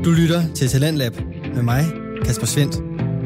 Du lytter til Talentlab med mig, Kasper Svendt.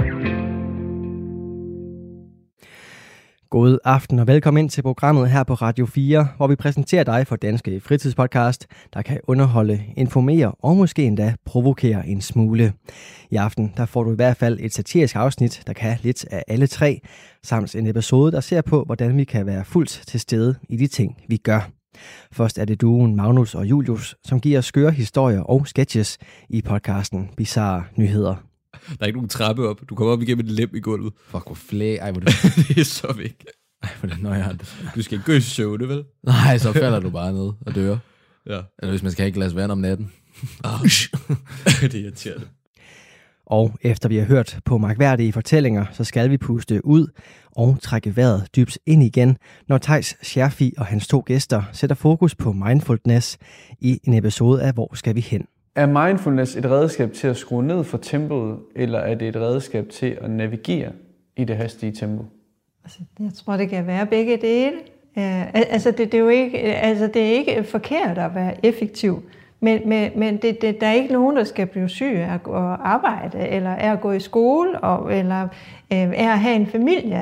God aften og velkommen ind til programmet her på Radio 4, hvor vi præsenterer dig for Danske Fritidspodcast, der kan underholde, informere og måske endda provokere en smule. I aften der får du i hvert fald et satirisk afsnit, der kan lidt af alle tre, samt en episode, der ser på, hvordan vi kan være fuldt til stede i de ting, vi gør. Først er det duoen Magnus og Julius, som giver skøre historier og sketches i podcasten Bizarre Nyheder. Der er ikke nogen trappe op. Du kommer op igennem et lem i gulvet. Fuck, hvor flæg. Ej, hvor Det er så væk. Ej, hvor det nøjeren. Du skal ikke gå i søvne, vel? Nej, så falder du bare ned og dør. Ja. Eller hvis man skal have et glas vand om natten. Det er irriterende. Og efter vi har hørt på mærkværdige fortællinger, så skal vi puste ud og trække vejret dybt ind igen, når Theis Scherfig og hans to gæster sætter fokus på mindfulness i en episode af Hvor skal vi hen? Er mindfulness et redskab til at skrue ned for tempoet, eller er det et redskab til at navigere i det hastige tempo? Altså, jeg tror, det kan være begge dele. Det er jo ikke, det er ikke forkert at være effektiv, men der er ikke nogen, der skal blive syg af at arbejde, eller af at gå i skole, eller af at have en familie.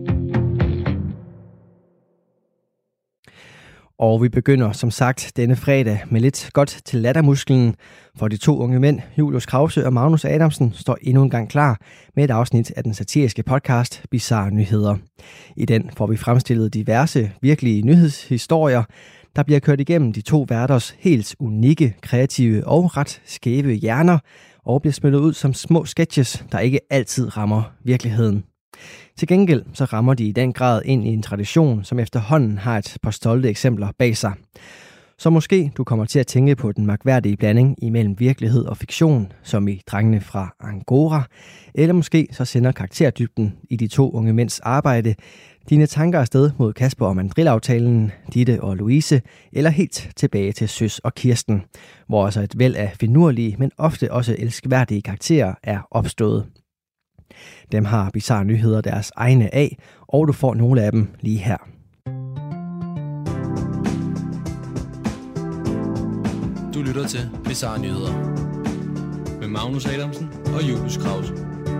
Og vi begynder som sagt denne fredag med lidt godt til lattermusklen, for de to unge mænd, Julius Krause og Magnus Adamsen, står endnu en gang klar med et afsnit af den satiriske podcast Bizarre Nyheder. I den får vi fremstillet diverse virkelige nyhedshistorier, der bliver kørt igennem de to værters helt unikke, kreative og ret skæve hjerner, og bliver smidt ud som små sketches, der ikke altid rammer virkeligheden. Til gengæld så rammer de i den grad ind i en tradition, som efterhånden har et par stolte eksempler bag sig. Så måske du kommer til at tænke på den mærkværdige blanding imellem virkelighed og fiktion, som i Drengene fra Angora, eller måske så sender karakterdybden i de to unge mænds arbejde dine tanker afsted mod Kasper og Mandrill-aftalen, Ditte og Louise, eller helt tilbage til Søs og Kirsten, hvor altså et væld af finurlige, men ofte også elskværdige karakterer er opstået. Dem har Bizarre Nyheder deres egne af, og du får nogle af dem lige her. Du lytter til Bizarre Nyheder med Magnus Adamsen og Julius Krause.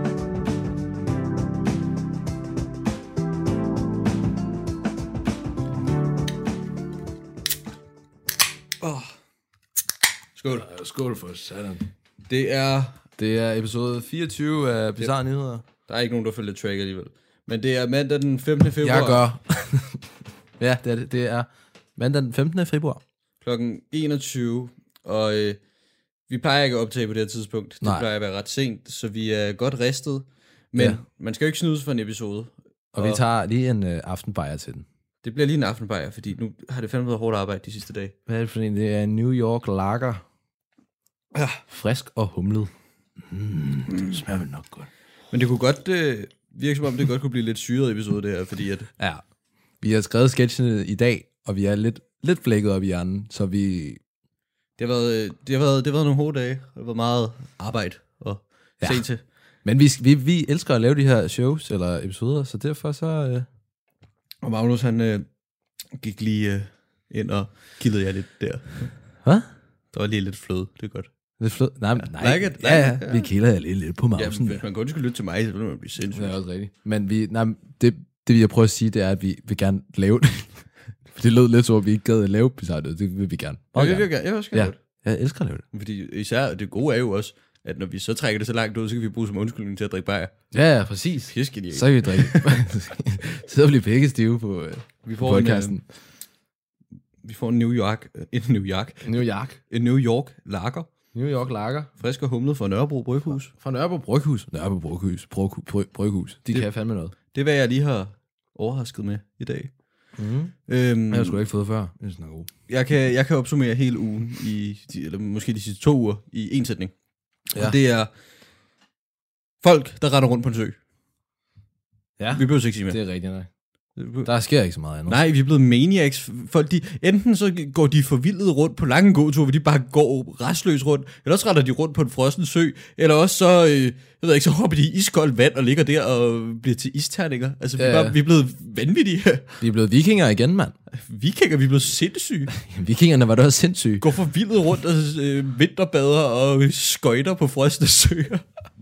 Skål. Skål for satan. Det er episode 24 af Bizarre Nyheder. Der er ikke nogen, der følger track alligevel. Men det er mandag den 15. februar. Jeg gør. Ja, det er det. Det er mandag den 15. februar. Klokken 21. Og vi plejer ikke at optage på det her tidspunkt. Det plejer at være ret sent, så vi er godt ristet. Men man skal jo ikke snydes for en episode. Og vi tager lige en aftenbajer til den. Det bliver lige en aftenbajer, fordi nu har det fandme været hårdt arbejde de sidste dage. Hvad er det for en? Det er New York Lager. Ja. Frisk og humlet. Det smager vel nok godt. Men det kunne godt virke som om, det godt kunne blive lidt syret episode det her, fordi at... Ja, vi har skrevet sketchene i dag, og vi er lidt flækket op i hjernen, så vi... Det har været nogle hårde dage. Det har været meget arbejde og se til. Men vi elsker at lave de her shows eller episoder, så derfor så... Og Magnus, han gik lige ind og kildede jer lidt der. Hvad? Der var lige lidt fløde, det er godt. Lidt flød? Nej. Ja. Vi kilder jer lidt på mausen. Ja, hvis man kun skulle lytte til mig, så ville man blive sindssygt. Det er også rigtigt. Men det vi har prøvet at sige, det er, at vi vil gerne lave det. For det lød lidt så, at vi ikke gad at lave Bizarre. Det vil vi gerne. Jeg vil også gerne lave det. Jeg elsker at lave det. Fordi især det gode er jo også, at når vi så trækker det så langt ud, så kan vi bruge som undskyldning til at drikke bajer. Ja, præcis. Fiskelig. Så kan vi drikke. Så bliver vi begge stive på podcasten. Vi får en New York Lager. New York Lager. Frisk og humlet fra Nørrebro Bryghus. Fra Nørrebro Bryghus. De kan fandme noget. Det er, hvad jeg lige har overrasket med i dag. Jeg har sgu da ikke fået før. Det er sådan god. Jeg kan opsummere hele ugen, eller måske de sidste 2 uger, i en sætning. Ja. Og det er folk, der render rundt på en sø. Ja, vi behøver ikke sige mere. Det er rigtigt, nej. Der sker ikke så meget andet. Nej, vi er blevet maniacs. Folk, enten så går de forvildet rundt på lange gåture, hvor de bare går restløs rundt, eller også retter de rundt på en frossen sø, eller også så, jeg ved ikke, så hopper de i iskoldt vand og ligger der og bliver til isterninger. Altså, vi er blevet vanvittige. Vi er blevet vikinger igen, mand. Vikinger, vi er blevet sindssyge. Vikingerne var da også sindssyge. Går forvildet rundt og vinterbader og skøjter på frosne søer.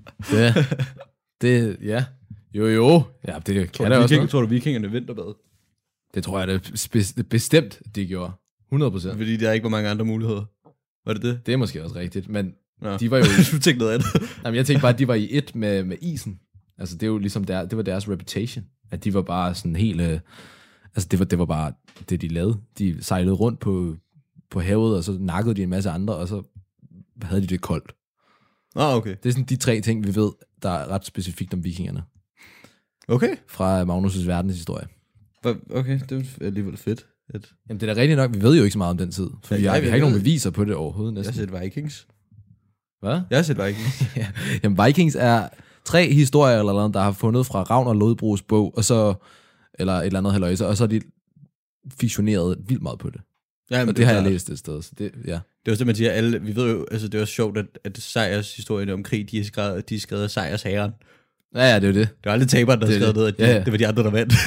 Ja. Jo. Ja, det kan der også noget. Tror du, vikingerne vinterbad? Det tror jeg da bestemt, de gjorde. 100%. Fordi der ikke var mange andre muligheder. Var det det? Det er måske også rigtigt, men Nå. de var jo... Du tænkte noget andet. Jamen, jeg tænkte bare, at de var i et med isen. Altså, det er jo ligesom det var deres reputation. At de var bare sådan helt... altså, det var bare det, de lavede. De sejlede rundt på havet, og så nakkede de en masse andre, og så havde de det koldt. Okay. Det er sådan de 3 ting, vi ved, der er ret specifikt om vikingerne. Okay. Fra Magnus' verdenshistorie. Okay, det er alligevel fedt. Jamen, det er da rigtigt nok. Vi ved jo ikke så meget om den tid. For vi har ikke nogen beviser på det overhovedet næsten. Jeg har set Vikings. Hvad? Jeg har set Vikings. Ja. Jamen, Vikings er 3 historier, eller noget, der har fundet fra Ravn og Lodbros bog, og så, eller et eller andet halløjse, og så er de fiktioneret vildt meget på det. Ja, og det har jeg læst et sted. Så det, ja. Det er også det, man siger. Vi ved jo, altså det er også sjovt, at Sejrs historien om krig, de er skrevet af Sejrs herren. Ja, det er jo det. Det er aldrig taberen, der har skrevet ned, at det var de andre, der vandt.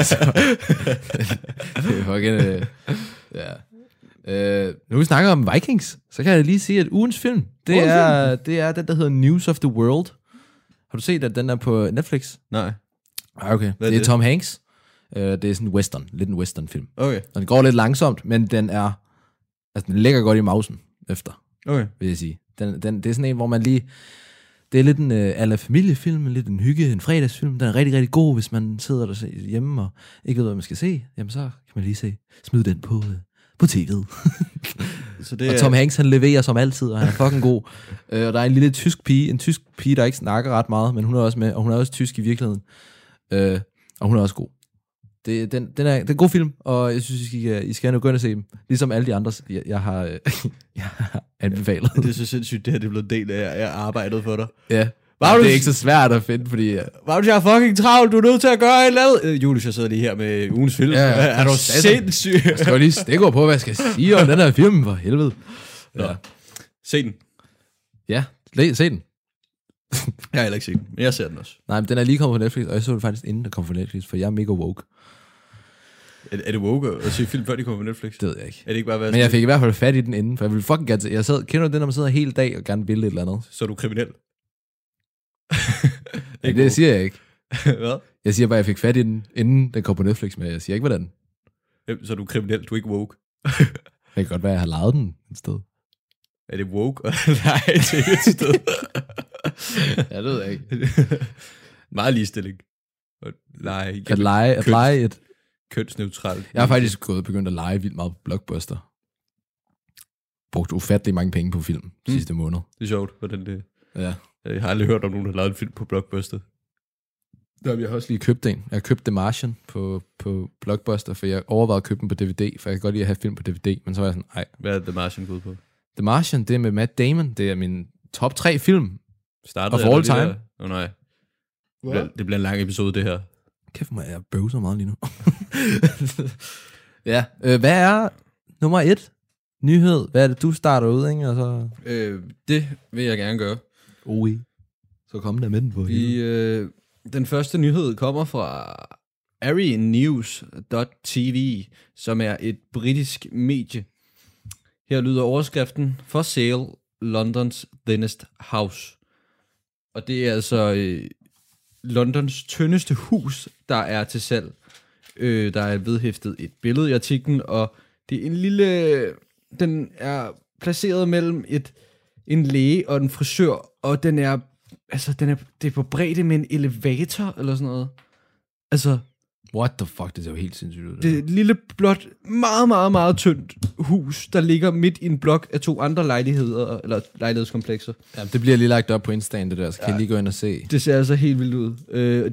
Det er fucking... nu vi snakker om Vikings, så kan jeg lige sige, at ugens film, det er den, der hedder News of the World. Har du set, at den er på Netflix? Nej. Okay. Det er Tom Hanks. Det er sådan en western, lidt en western film. Okay. Og den går lidt langsomt, men den ligger godt i mausen efter, vil jeg sige. Det er sådan en, hvor man lige... Det er lidt en ala familiefilm, lidt en en fredagsfilm. Den er rigtig, rigtig god, hvis man sidder der hjemme og ikke ved, hvad man skal se. Jamen, så kan man lige smide den på tv'et. Så det og Tom Hanks, han leverer som altid, og han er fucking god. Og der er en lille tysk pige, der ikke snakker ret meget, men hun er også med, og hun er også tysk i virkeligheden. Og hun er også god. Det er en god film, og jeg synes, I skal gå ind og se dem. Ligesom alle de andre, jeg har anbefalet. Det er så sindssygt, det her det er blevet en del af arbejdet for dig. Ja, det er ikke så svært at finde, fordi... Magnus, jeg er fucking travlt, du er nødt til at gøre et eller andet. Julius, jeg sidder lige her med ugens film. Er du sindssyg? Jeg skal jo lige stikke på, hvad jeg skal sige om den her film, for helvede. Ja. Se den. Ja, se den. Jeg har heller ikke set den, men jeg ser den også. Nej, men den er lige kommet på Netflix, og jeg så den faktisk inden den kom på Netflix, for jeg er mega woke. Er det woke at se film, før de kommer på Netflix? Det ved jeg ikke. Er det ikke bare men jeg fik i hvert fald fat i den inden, for jeg ville fucking gerne kender du det, når man sidder hele dag og gerne vil et eller andet? Så er du kriminel? Ja, det siger jeg ikke. Hvad? Jeg siger bare, at jeg fik fat i den, inden den kom på Netflix, men jeg siger ikke, hvordan. Så er du kriminel, du er ikke woke? Det kan godt være, at jeg har lejet den et sted. Er det woke? Nej, det er et sted. Jeg ved ikke. Meget ligestilling. At lege et... Kønsneutralt. Jeg har faktisk begyndt at lege vildt meget på Blockbuster. Brugt ufattelig mange penge på film sidste måned. Det er sjovt, hvordan det... Ja. Jeg har aldrig hørt om nogen, der har lavet en film på Blockbuster. Jeg har også lige købt en. Jeg har købt The Martian på Blockbuster, for jeg overvejede at købe den på DVD, for jeg kan godt lide at have film på DVD, men så var jeg sådan, nej. Hvad er The Martian gået på? The Martian, det er med Matt Damon. Det er min top 3 film Startede of all time. Nej. Det bliver en lang episode, det her. Kæft mig, jeg bøvser meget lige nu. Ja, hvad er nummer 1 nyhed? Hvad er det, du starter ud, ikke? Og så... Det vil jeg gerne gøre. Så kom der med den på. Den første nyhed kommer fra arinews.tv, som er et britisk medie. Her lyder overskriften: For sale, Londons thinnest house. Og det er altså Londons tyndeste hus, der er til salg. Der er vedhæftet et billede i artiklen, og det er en lille... Den er placeret mellem en læge og en frisør, og det er på bredde med en elevator, eller sådan noget. Altså... What the fuck, det ser jo helt sindssygt ud. Det er et lille, blot, meget, meget, meget tyndt hus, der ligger midt i en blok af 2 andre lejligheder, eller lejlighedskomplekser. Ja, det bliver lige lagt op på Insta'en, det der, så kan jeg lige gå ind og se. Det ser altså helt vildt ud.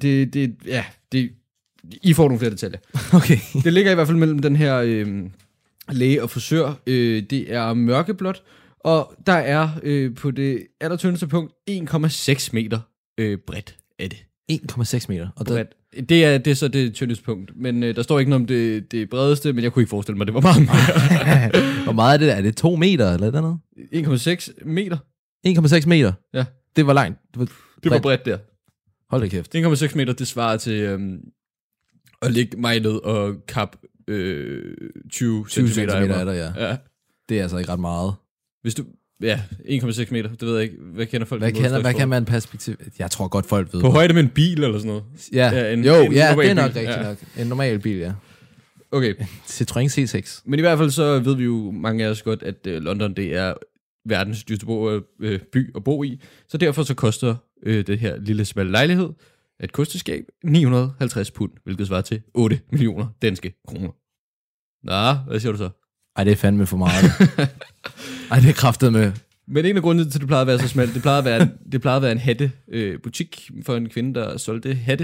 I får nogle flere detaljer. Okay. Det ligger i hvert fald mellem den her læge og frisør. Det er mørkeblåt, og der er på det allertyndeste punkt 1,6 meter bredt af det. 1,6 meter. Og Det er så det tyndeste punkt. Men der står ikke noget om det bredeste, men jeg kunne ikke forestille mig, at det var meget mere. Hvor meget er det? Er det 2 meter eller noget? 1,6 meter. 1,6 meter? Ja. Det var langt. Det var bredt der. Hold da kæft. 1,6 meter, det svarer til at ligge mig ned og kap 20 centimeter er der, ja. Det er altså ikke ret meget. Hvis du... Ja, 1,6 meter, det ved jeg ikke. Hvad kender folk? Hvad kan man perspektiv... Jeg tror godt, folk ved. På højde med en bil eller sådan noget? Ja, en det er nok bil. rigtigt nok. En normal bil, ja. Okay. Citroën C6. Men i hvert fald så ved vi jo mange af os godt, at London, det er verdens dyreste by at bo i. Så derfor så koster det her lille smalle lejlighed, et kosteskab, 950 pund, hvilket svarer til 8 millioner danske kroner. Nå, hvad siger du så? Ej, det er fandme for meget. Ej, det er kraftet med. Men en af grundene til, at det plejede at være så smalt, det plejede at være en hatte-butik for en kvinde, der solgte hatte.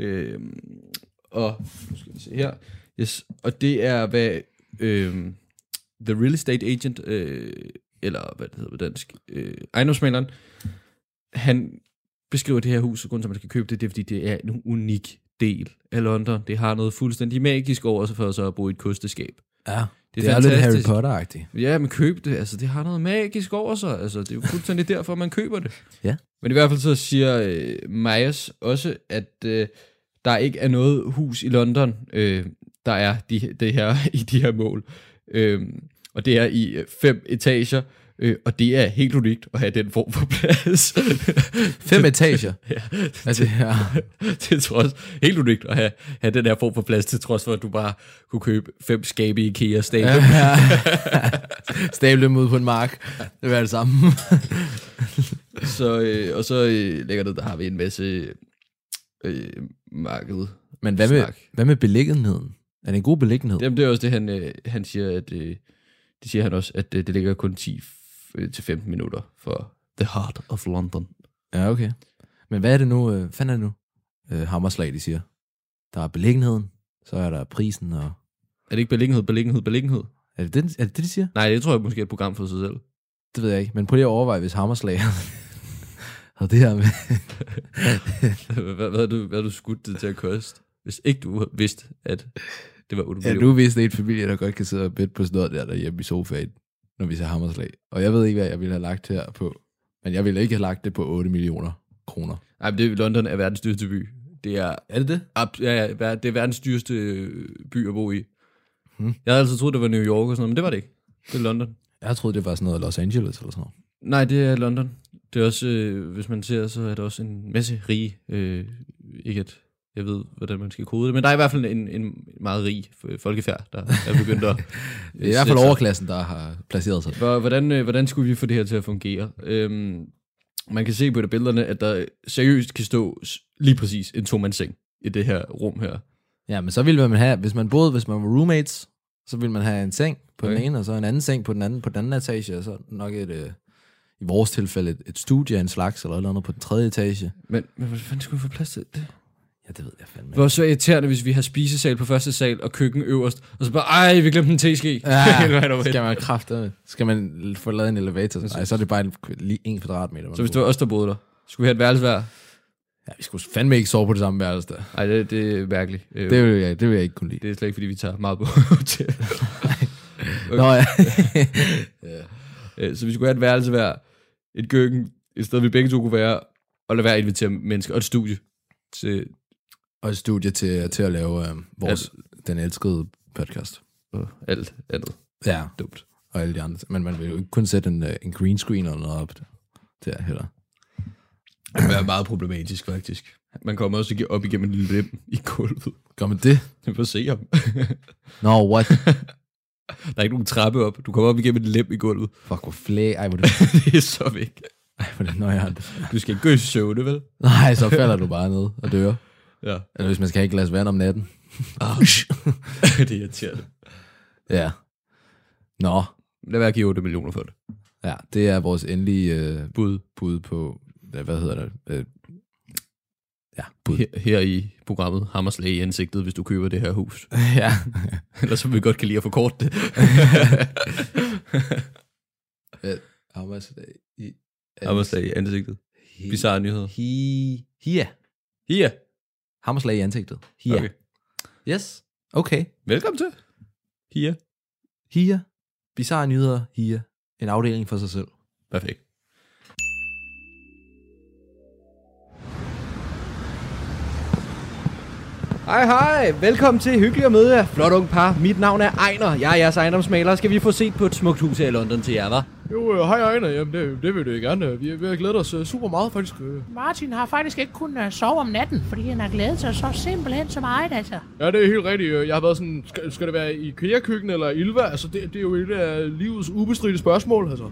Og nu skal vi se her. Yes. Og det er, hvad the real estate agent, eller hvad det hedder på dansk, ejendomsmaleren, han beskriver det her hus, og grunden til, at man skal købe det, det er, fordi det er en unik del af London. Det har noget fuldstændig magisk over sig for så at bo i et kosteskab. Ja, det er lidt Harry Potter-agtigt. Ja, men køb det. Altså, det har noget magisk over sig. Altså, det er jo fuldstændig derfor, man køber det. Ja. Men i hvert fald så siger Myers også, at der ikke er noget hus i London, der er det her i de her mål. Og det er i 5 etager, og det er helt unikt at have den form for plads. 5 etager? Ja. Altså, ja. Til trods, helt unikt at have den her form for plads, til trods for, at du bare kunne købe 5 skabe i IKEA og stable. Ja. Stable dem ud på en mark. Det var det samme. Og så lægger det, der har vi en masse marked. Men hvad med beliggenheden? Er det en god beliggenhed? Jamen, det er også det, han siger, at det siger han også, at det ligger kun 10-15 minutter for the heart of London. Ja, okay. Men hvad er det nu? Fanden er det nu? Hammerslag, de siger. Der er beliggenheden, så er der prisen og... Er det ikke beliggenhed? Er det det, de siger? Nej, det tror jeg måske er et program for sig selv. Det ved jeg ikke, men prøv lige at overveje, hvis Hammerslag havde det her med... hvad har du skudt det til at koste? Hvis ikke du vidste, at det var 8 millioner. Ja, du vidste et familie, der godt kan sidde og bedte på sådan noget derhjemme i sofaen, når vi ser Hammerslag. Og jeg ved ikke, hvad jeg ville have lagt her på. Men jeg ville ikke have lagt det på 8 millioner kroner. Nej, men London er verdens dyreste by. Det er det det? Ja, det er verdens dyreste by at bo i. Jeg havde altid troet, det var New York og sådan noget, men det var det ikke. Det er London. Jeg troede, det var sådan noget Los Angeles eller sådan noget. Nej, det er London. Det er også, hvis man ser, så er der også en masse rige. Ikke at jeg ved, hvordan man skal kode det, men der er i hvert fald en meget rig folkefærd, der er begyndt at... Det er i hvert fald overklassen, der har placeret sig. Hvordan skulle vi få det her til at fungere? Man kan se på de billederne, at der seriøst kan stå lige præcis en 2-mandsseng i det her rum her. Ja, men så ville man have, hvis man var roommates, så ville man have en seng på den ene, og så en anden seng på den anden etage, og så nok i vores tilfælde et studie af en slags, eller noget på den 3. etage. Men hvordan fanden skulle vi få plads til det? Ja, det ved jeg fandme. Det var så irriterende, hvis vi har spisesal på 1. sal og køkken øverst, og så bare, vi glemte en teske. Ja, skal man kræfte. Skal man få lavet en elevator? Nej, så er det bare lige 1 kvadratmeter. Så hvis det var os, der boede der, skulle vi have et værelse hver? Ja, vi skulle fandme ikke sove på det samme værelse der. Nej, det er mærkeligt. Det vil jeg ikke kunne lide. Det er slet ikke, fordi vi tager meget på til. Okay. Nå ja. Ja. Så vi skulle have et værelse hver, et køkken, et sted vi begge to kunne være, og lade være at invitere mennesker, og et studie til... Og et studie til at lave den elskede podcast. Og alt andet. Ja. Dumt. Og alle de andre. Men man vil jo ikke kun sætte en green screen eller noget op der heller. Det er meget problematisk, faktisk. Man kommer også op igennem en lille lem i gulvet. Gør man det? Vi får se ham. No, what? Der er ikke nogen trappe op. Du kommer op igennem en lem i gulvet. Fuck, hvor flæg. Ej, hvor det er så væk. Ej, hvor det nøjere. Du skal ikke gå i søvne, vel? Nej, så falder du bare ned og dør. Ja. Eller hvis man skal have et glas vand om natten. Det er irriterende. Ja. Nå. Lad være at give 8 millioner for det. Ja, det er vores endelige bud på, hvad hedder det? Ja, bud. Her i programmet Hammerslag i ansigtet, hvis du køber det her hus. Ja. Ellers så vil vi godt kan lide at forkorte det. Hammerslag i ansigtet. Bizarre nyheder. Hia. Hammerslag i ansigtet. Hia. Okay. Yes. Okay. Velkommen til. Hia. Hia. Bizarre nyheder. Hia. En afdeling for sig selv. Perfekt. Hej. Velkommen til Hyggelig at møde jer. Flot ung par. Mit navn er Ejner. Jeg er jeres ejendomsmaler. Skal vi få set på et smukt hus her i London til jer, hva'? Jo, hej Ejner. Jamen, det vil det gerne. Vi har glædet os super meget, faktisk. Martin har faktisk ikke kunnet sove om natten, fordi han har glædet sig så simpelthen så meget, altså. Ja, det er helt rigtigt. Jeg har været sådan, skal det være i IKEA-køkken eller Ilva? Altså, det er jo et af livets ubestridte spørgsmål, altså.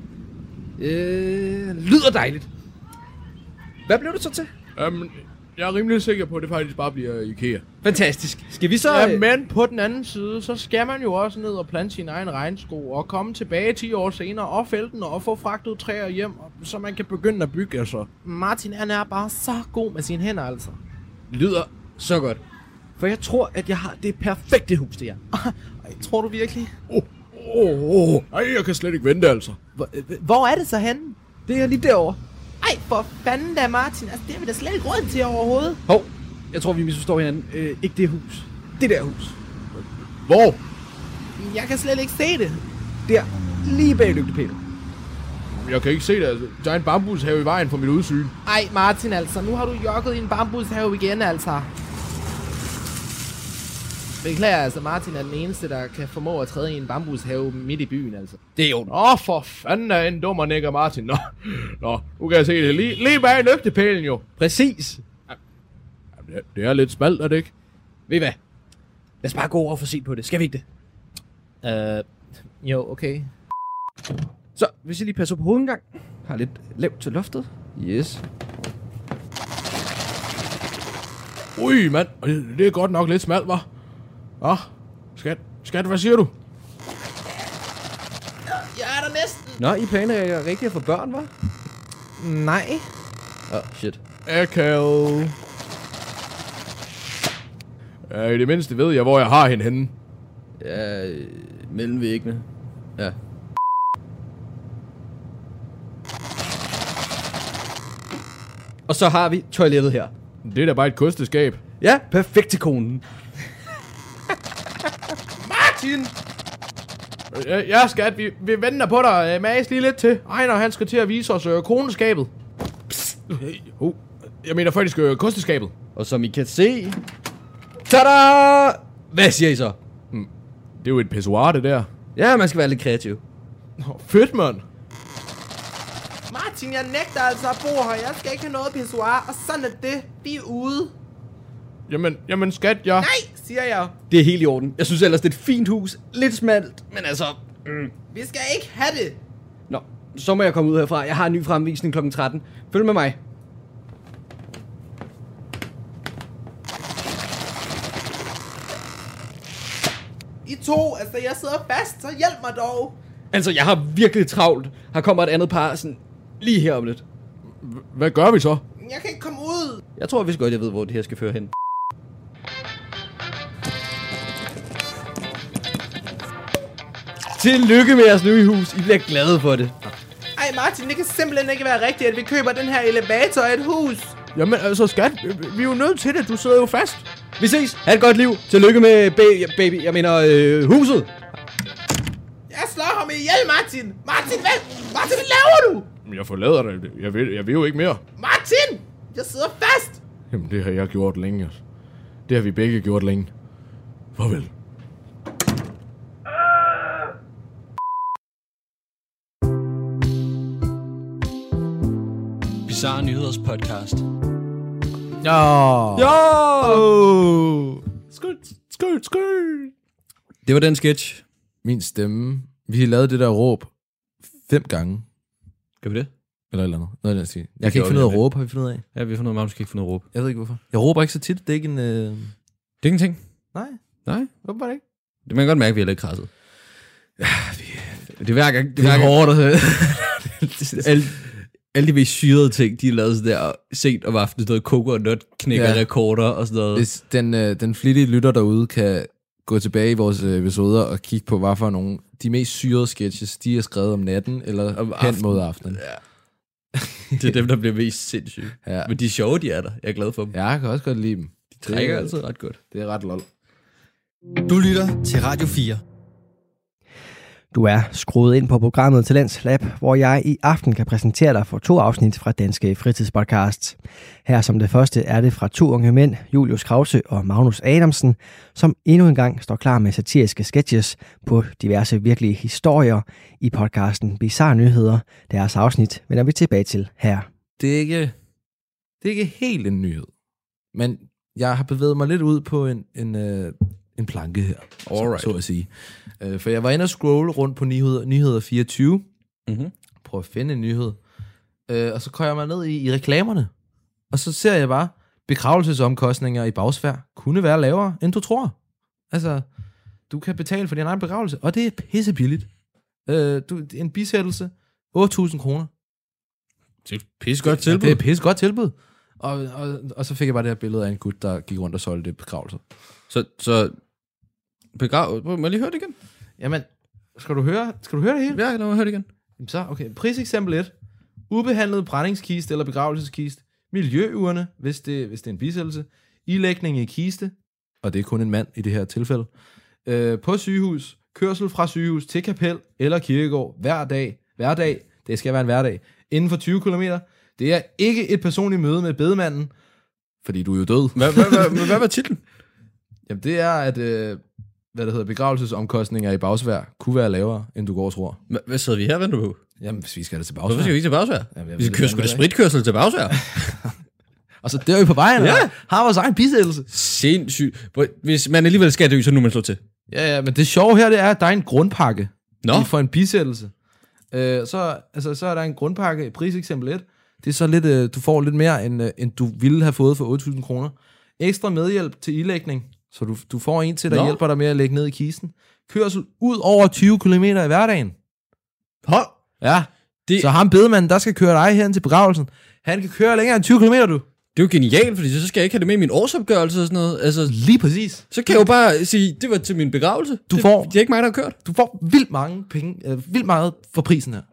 Lyder dejligt. Hvad blev det så til? Jeg er rimelig sikker på, at det faktisk bare bliver IKEA. Fantastisk. Skal vi så... Ja, men på den anden side, så skal man jo også ned og plante sin egen regnsko og komme tilbage 10 år senere og fælde den og få fragtet træer hjem, så man kan begynde at bygge, altså. Martin, han er bare så god med sine hænder, altså. Lyder så godt. For jeg tror, at jeg har det perfekte hus til jer. Ej, tror du virkelig? Ej, jeg kan slet ikke vente, altså. Hvor er det så henne? Det er lige derovre. Ej, for fanden da, Martin. Altså, det har vi da slet ikke råd til overhovedet. Hov, jeg tror, vi misforstår hinanden. Ikke det hus. Det der hus. Hvor? Jeg kan slet ikke se det. Der. Lige bag lygtepælen. Jeg kan ikke se det, altså. Der er en bambushave i vejen for mit udsyn. Ej, Martin, altså. Nu har du jogget i en bambushave igen, altså. Beklager, altså. Martin er den eneste, der kan formå at træde i en bambushave midt i byen, altså. Det er jo. For fanden er en dummer nækker, Martin. Nå, nu kan jeg se det. Lige bag lygtepælen, jo. Præcis. Det er lidt smalt, er det ikke? Ved I hvad? Lad os bare gå over og få set på det. Skal vi ikke det? Jo, okay. Så, hvis jeg lige passer på hovedet en gang. Har lidt lavt til loftet. Yes. Ui, mand. Det er godt nok lidt smalt, hva'? Nå, skat, hvad siger du? Jeg er der næsten. Nå, I planlægger rigtigt at få børn, hva'? Nej. Shit. Akavet. Ja, i det mindste ved jeg, hvor jeg har hende henne. Ja, mellem væggene. Ja. Og så har vi toilettet her. Det er da bare et kosteskab. Ja, perfekt til konen. Martin! Ja, skat, vi venter på dig. Mages lige lidt til. Ejner, han skal til at vise os koneskabet. Jeg mener faktisk kosteskabet. Og som I kan se... Tada! Hvad siger I så? Det er jo et pissoir, det der. Ja, man skal være lidt kreativ. Fedt, mand. Martin, jeg nægter altså at bo her. Jeg skal ikke have noget pissoir, og sådan er det. Vi er ude. Jamen skat, ja. Nej, siger jeg. Det er helt i orden. Jeg synes ellers, det er et fint hus. Lidt smalt, men altså... Vi skal ikke have det. Nå, så må jeg komme ud herfra. Jeg har en ny fremvisning kl. 13. Følg med mig. I to, altså jeg sidder fast, så hjælp mig dog. Altså, jeg har virkelig travlt. Her kommer et andet par sådan lige her om lidt. Hvad gør vi så? Jeg kan ikke komme ud. Jeg tror vist godt, jeg ved, hvor det her skal føre hen. Tillykke med jeres nye hus. I bliver glade for det. Ej Martin, det kan simpelthen ikke være rigtigt, at vi køber den her elevator af et hus. Jamen altså skat, vi er jo nødt til det. Du sidder jo fast. Vi ses. Ha' et godt liv. Tillykke med baby. Jeg mener huset. Jeg slår ham ihjel, Martin. Martin, hvad laver du? Jeg forlader dig. Jeg vil jo ikke mere. Martin! Jeg sidder fast. Jamen det har jeg gjort længe. Altså. Det har vi begge gjort længe. Farvel. Bizarre Nyheders podcast. Ja. Skøl. Det var den sketch. Min stemme. Vi har lavet det der råb 5 gange. Gør vi det? Eller et eller andet. Noget, jeg kan ikke finde ud af at råbe, har vi fundet ud af. Ja, vi har fundet ud af, at man skal ikke finde ud af at råbe. Jeg ved ikke hvorfor. Jeg råber ikke så tit. Det er ikke en... Det er ingenting. Nej, hvorfor ikke? Det man kan godt mærke, at vi er lidt krasset. Ja, det er hver gang. Det er hårdt. Alle de mest syrede ting, de er lavet sådan der sent om aftenen, sådan noget koker og nødt, knækker rekorder og sådan noget. Hvis den flittige lytter derude kan gå tilbage i vores episoder og kigge på, hvad for nogle de mest syrede sketches, de er skrevet om natten eller om hen mod aftenen. Ja. Det er dem, der bliver mest sindssyge. Ja. Men de er sjove, de er der. Jeg er glad for dem. Ja, jeg kan også godt lide dem. De trækker altid ret godt. Det er ret lol. Du lytter til Radio 4. Du er skruet ind på programmet Talents Lab, hvor jeg i aften kan præsentere dig for 2 afsnit fra Danske Fritidspodcasts. Her som det første er det fra 2 unge mænd, Julius Krause og Magnus Adamsen, som endnu en gang står klar med satiriske sketches på diverse virkelige historier i podcasten Bizarre Nyheder. Deres afsnit vender vi tilbage til her. Det er ikke helt en nyhed, men jeg har bevæget mig lidt ud på en planke her, så at sige. For jeg var inde og scrolle rundt på nyheder 24, prøv at finde en nyhed, og så kører jeg mig ned i reklamerne, og så ser jeg bare, begravelsesomkostninger i bagsvær kunne være lavere, end du tror. Altså, du kan betale for din egen begravelse, og det er pissebilligt. En bisættelse, 8.000 kroner. Det er et pissegodt tilbud. Ja, det er et pissegodt tilbud. Og så fik jeg bare det her billede af en gut, der gik rundt og solgte begravelser. Så må jeg lige høre det igen? Jamen, skal du høre det hele? Ja, lad mig høre det igen. Så, okay. Priseksempel 1. Ubehandlet brændingskiste eller begravelseskiste. Miljøurne, hvis det er en bisættelse. Ilægning i kiste, og det er kun en mand i det her tilfælde. På sygehus. Kørsel fra sygehus til kapel eller kirkegård hver dag. Det skal være en hverdag. Inden for 20 km. Det er ikke et personligt møde med bedemanden, fordi du er jo død. Hvad var titlen? Jamen, det er, at begravelsesomkostninger i bagsvær kunne være lavere, end du går og tror. Hvad sidder vi her, venter du på? Jamen, hvis vi skal det til bagsvær. Hvorfor skal vi ikke til bagsvær? Jamen, vi skal køre sgu da spritkørsel til bagsvær. Og så dør vi på vejen, ja. Har vores egen bisættelse. Sindssygt. Hvis man alligevel skal dø, så nu man slår til. Ja, men det sjove her, det er, at der er en grundpakke for en bisættelse. Så er der en grundpakke i priseksempel 1. Det er så lidt, du får lidt mere, end du ville have fået for 8.000 kroner. Ekstra medhjælp til ilægning, så du får en til, der hjælper dig med at lægge ned i kisten. Kørsel ud over 20 km i hverdagen. Hold! Ja, så ham bedemanden, der skal køre dig hen til begravelsen. Han kan køre længere end 20 km, du. Det er jo genialt, fordi så skal jeg ikke have det med i min årsopgørelse og sådan noget. Altså, lige præcis. Så kan jeg jo bare sige, det var til min begravelse. Det er ikke mig, der har kørt. Du får vildt mange penge, vildt meget for prisen her.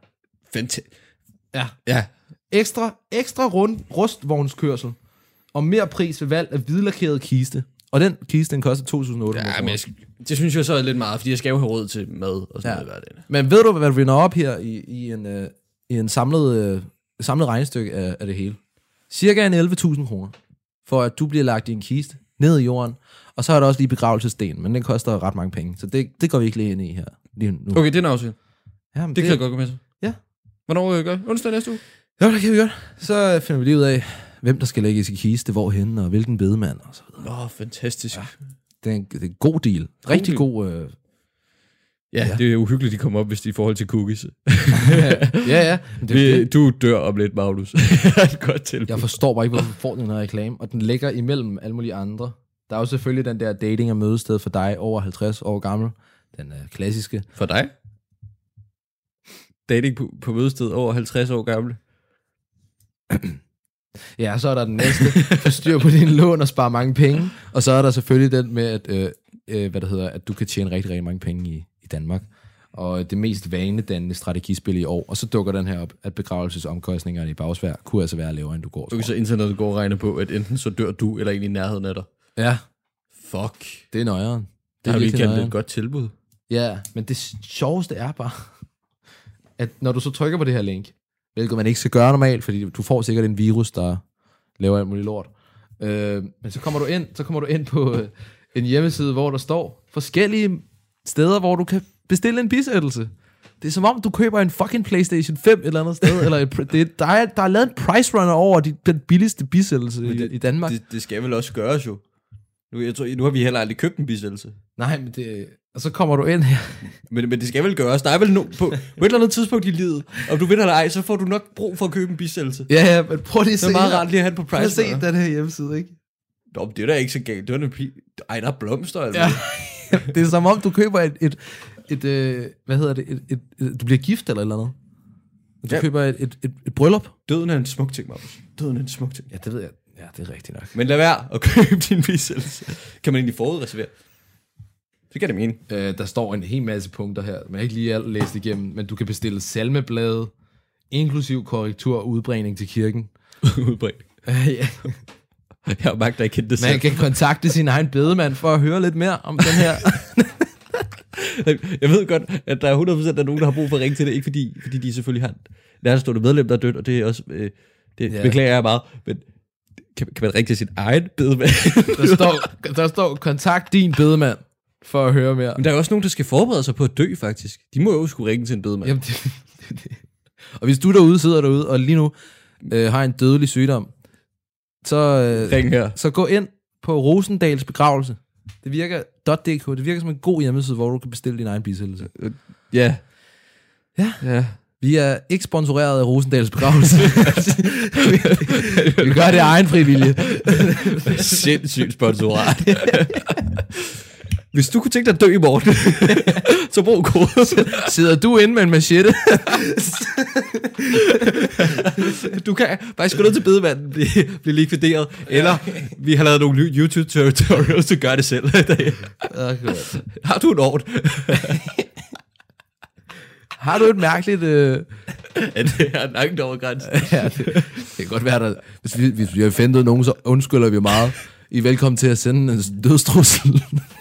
Ja. Ekstra rustvognskørsel og mere pris ved valg af hvidlakeret kiste. Og den kiste, den koster 2.800 kroner. Ja, men det synes jeg så er lidt meget, fordi jeg skal jo have råd til mad og sådan noget hver dag. Men ved du, hvad vi når op her i en samlet regnestykke af det hele? Cirka en 11.000 kroner, for at du bliver lagt i en kiste ned i jorden. Og så er der også lige begravelsessten, men den koster ret mange penge. Så det går vi ikke lige ind i her lige nu. Okay, det er en aftale. Ja, det kan jeg godt gå med til. Ja. Hvornår gør vi? Onsdag næste uge? Ja, det kan vi godt. Så finder vi lige ud af, hvem der skal lægges i kiste, hvorhenne, og hvilken bedemand, og så videre. Fantastisk. Ja, det er en god deal. Rigtig god... Ja, det er uhyggeligt, de kommer op, hvis de er i forhold til cookies. ja. Du dør om lidt, Magnus. Godt tilbud. Jeg forstår bare ikke, hvorfor du får den her reklame, og den ligger imellem alle mulige andre. Der er jo selvfølgelig den der dating- og mødested for dig over 50 år gammel. Den klassiske. For dig? Dating på mødested over 50 år gammel? Ja, så er der den næste. Få styr på dine lån og spare mange penge. Og så er der selvfølgelig den med, at du kan tjene rigtig, rigtig mange penge i Danmark. Og det mest vanedannende strategispil i år. Og så dukker den her op, at begravelsesomkostningerne i bagsvær kunne altså være lavere, end du går. Du kan så internettet går og regne på, at enten så dør du, eller egentlig i nærheden af dig. Ja. Fuck. Det er nøjeren. Det har vi kaldt et godt tilbud. Ja, men det sjoveste er bare, at når du så trykker på det her link, hvilket man ikke skal gøre normalt, fordi du får sikkert en virus, der laver alt muligt lort. Men så kommer du ind på en hjemmeside, hvor der står forskellige steder, hvor du kan bestille en bisættelse. Det er som om, du køber en fucking PlayStation 5 et eller andet sted, eller der er lavet en price runner over den billigste bisættelse i Danmark. Det skal vel også gøres jo. Nu har vi heller aldrig købt en bisættelse. Nej, men og så kommer du ind her. Men det skal vel gøres. Der er vel på et eller andet tidspunkt i livet, om du vinder eller ej, så får du nok brug for at købe en bisættelse. Ja, men prøv lige at se. Det er meget rart lige at have den på price. Prøv at se den her hjemmeside, ikke? Nå, det er da ikke så galt. Det var der er blomster. Eller ja. Det er som om, du køber du bliver gift eller et eller andet. Du køber et bryllup. Døden er en smuk ting, Magnus. Døden er en smuk ting. Ja, det ved jeg. Ja, det er rigtigt nok. Men lad være at købe din bisættelse. Kan man egentlig forudreservere? Det kan det mene. Der står en hel masse punkter her. Man har ikke lige alt læst igennem, men du kan bestille salmeblade, inklusiv korrektur og udbringning til kirken. Udbringning. Ja. Jeg magter ikke hente det Man kan kontakte sin egen bedemand for at høre lidt mere om den her. Jeg ved godt, at der er 100% der er nogen, der har brug for at ringe til det. Ikke fordi de selvfølgelig har nærstående medlem, der er dødt, og det er også... beklager jeg meget, men kan man ringe til sin egen bedemand? der står, kontakt din bedemand for at høre mere. Men der er også nogen, der skal forberede sig på at dø, faktisk. De må jo skulle ringe til en bedemand. Jamen, det. Og hvis du sidder derude, og lige nu har en dødelig sygdom, så, ring her. Så gå ind på Rosendals begravelse. Det virker .dk. Det virker som en god hjemmeside, hvor du kan bestille din egen bisættelse. Ja. Vi er ikke sponsoreret af Rosendals begravelse. vi gør det af egen frivillige. Sindssygt sponsorat. Hvis du kunne tænke dig at dø i morgen, så brug koden. Sidder du inde med en machete? Du kan faktisk gå ned til bedemanden, blive likvideret, eller vi har lavet nogle YouTube-tutorials, der gør det selv. Har du en ord? Har du et mærkeligt... Ja, det er langt over grænsen. Ja, det kan godt være, der... Hvis vi har offentet nogen, så undskylder vi meget. I er velkommen til at sende en dødstrussel.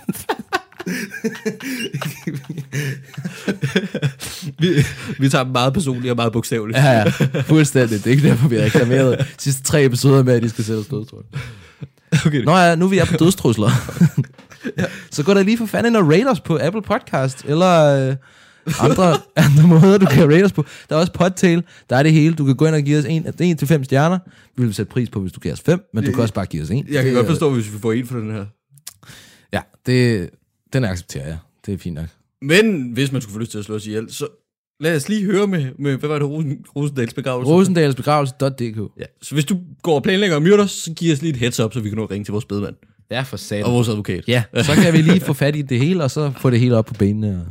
vi tager dem meget personligt og meget bogstaveligt. Ja, fuldstændig. Det er ikke derfor, vi har reklameret de sidste 3 episoder med, at de skal sætte os dødstrusler. Okay. Nå ja, nu er vi på dødstrusler. Så gå da lige for fanden ind og rate os på Apple Podcast, eller... andre måder, du kan rate os på. Der er også Podtail, der er det hele. Du kan gå ind og give os 1 til 5 stjerner. Vi vil sætte pris på, hvis du giver os 5, men du kan også bare give os 1. Jeg kan godt forstå, hvis vi får 1 for den her. Ja, den accepterer jeg. Det er fint nok. Men hvis man skulle få lyst til at slå os ihjel, så lad os lige høre med hvad var det, Rosendals begravelse? Rosendals begravelse.dk. Ja, så hvis du går og planlægger og myrder os, så giv os lige et heads up, så vi kan nå at ringe til vores bedemand. Ja, for satan. Og vores advokat. Ja, så kan vi lige få fat i det hele, og så få det hele op på benene.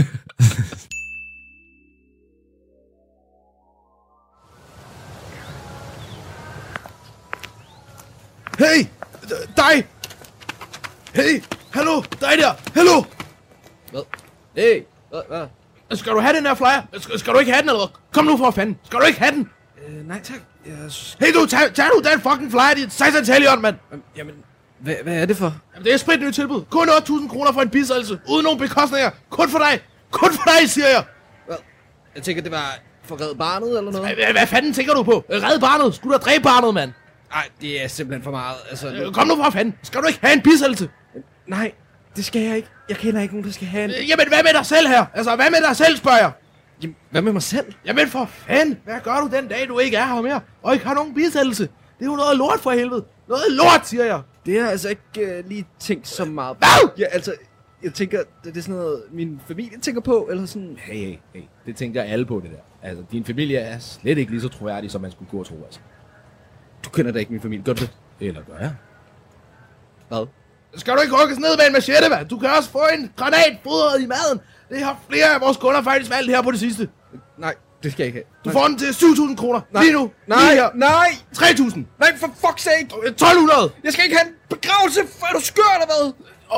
Hey! Dig! Hey! Hallo! Dig der! Hallo! Hvad? Hey! Hvad? Skal du have den her flyer? Skal du ikke have den, eller? Kom nu for fanden! Skal du ikke have den? Nej tak. Hey du, tag nu den fucking flyer, dit satans helligånd, mand! Jamen, hvad er det for? Jamen, det er et spritnyt tilbud. Kun 8.000 kroner for en bisættelse. Uden nogen bekostninger. Kun for dig. Kun for dig, siger jeg. Hvad? Jeg tænker, det var for Red Barnet eller noget? Hvad fanden tænker du på? Red Barnet? Skulle du dræbe barnet, mand? Nej, det er simpelthen for meget. Altså, kom nu for fanden. Skal du ikke have en bisættelse? Nej, det skal jeg ikke. Jeg kender ikke nogen, der skal have en... Jamen, hvad med dig selv her? Altså, hvad med dig selv, spørger jeg? Jamen, hvad med mig selv? Jamen, for fanden. Hvad gør du den dag, du ikke er her mere? Og ikke har nogen bisættelse? Det er jo noget lort for helvede. Noget lort, siger jeg. Det har jeg altså ikke lige tænkt så meget. Hvad? Ja, altså, jeg tænker, det er sådan noget, min familie tænker på, eller sådan... Hey. Det tænker alle på, det der. Altså, din familie er slet ikke lige så troværdig, som man skulle gå og tro, altså. Du kender da ikke min familie, gør du det? Eller gør jeg? Hvad? Skal du ikke rykkes ned med en machete, hvad? Du kan også få en granat fodret i maden. Det har flere af vores kunder faktisk valgt her på det sidste. Nej, det skal jeg ikke have. Du får den til 7.000 kroner. Lige nu. Nej, lige her. nej. 3.000. Nej, for fuck's sake. 1.200. Jeg skal ikke have en begravelse, for er du skør eller hvad?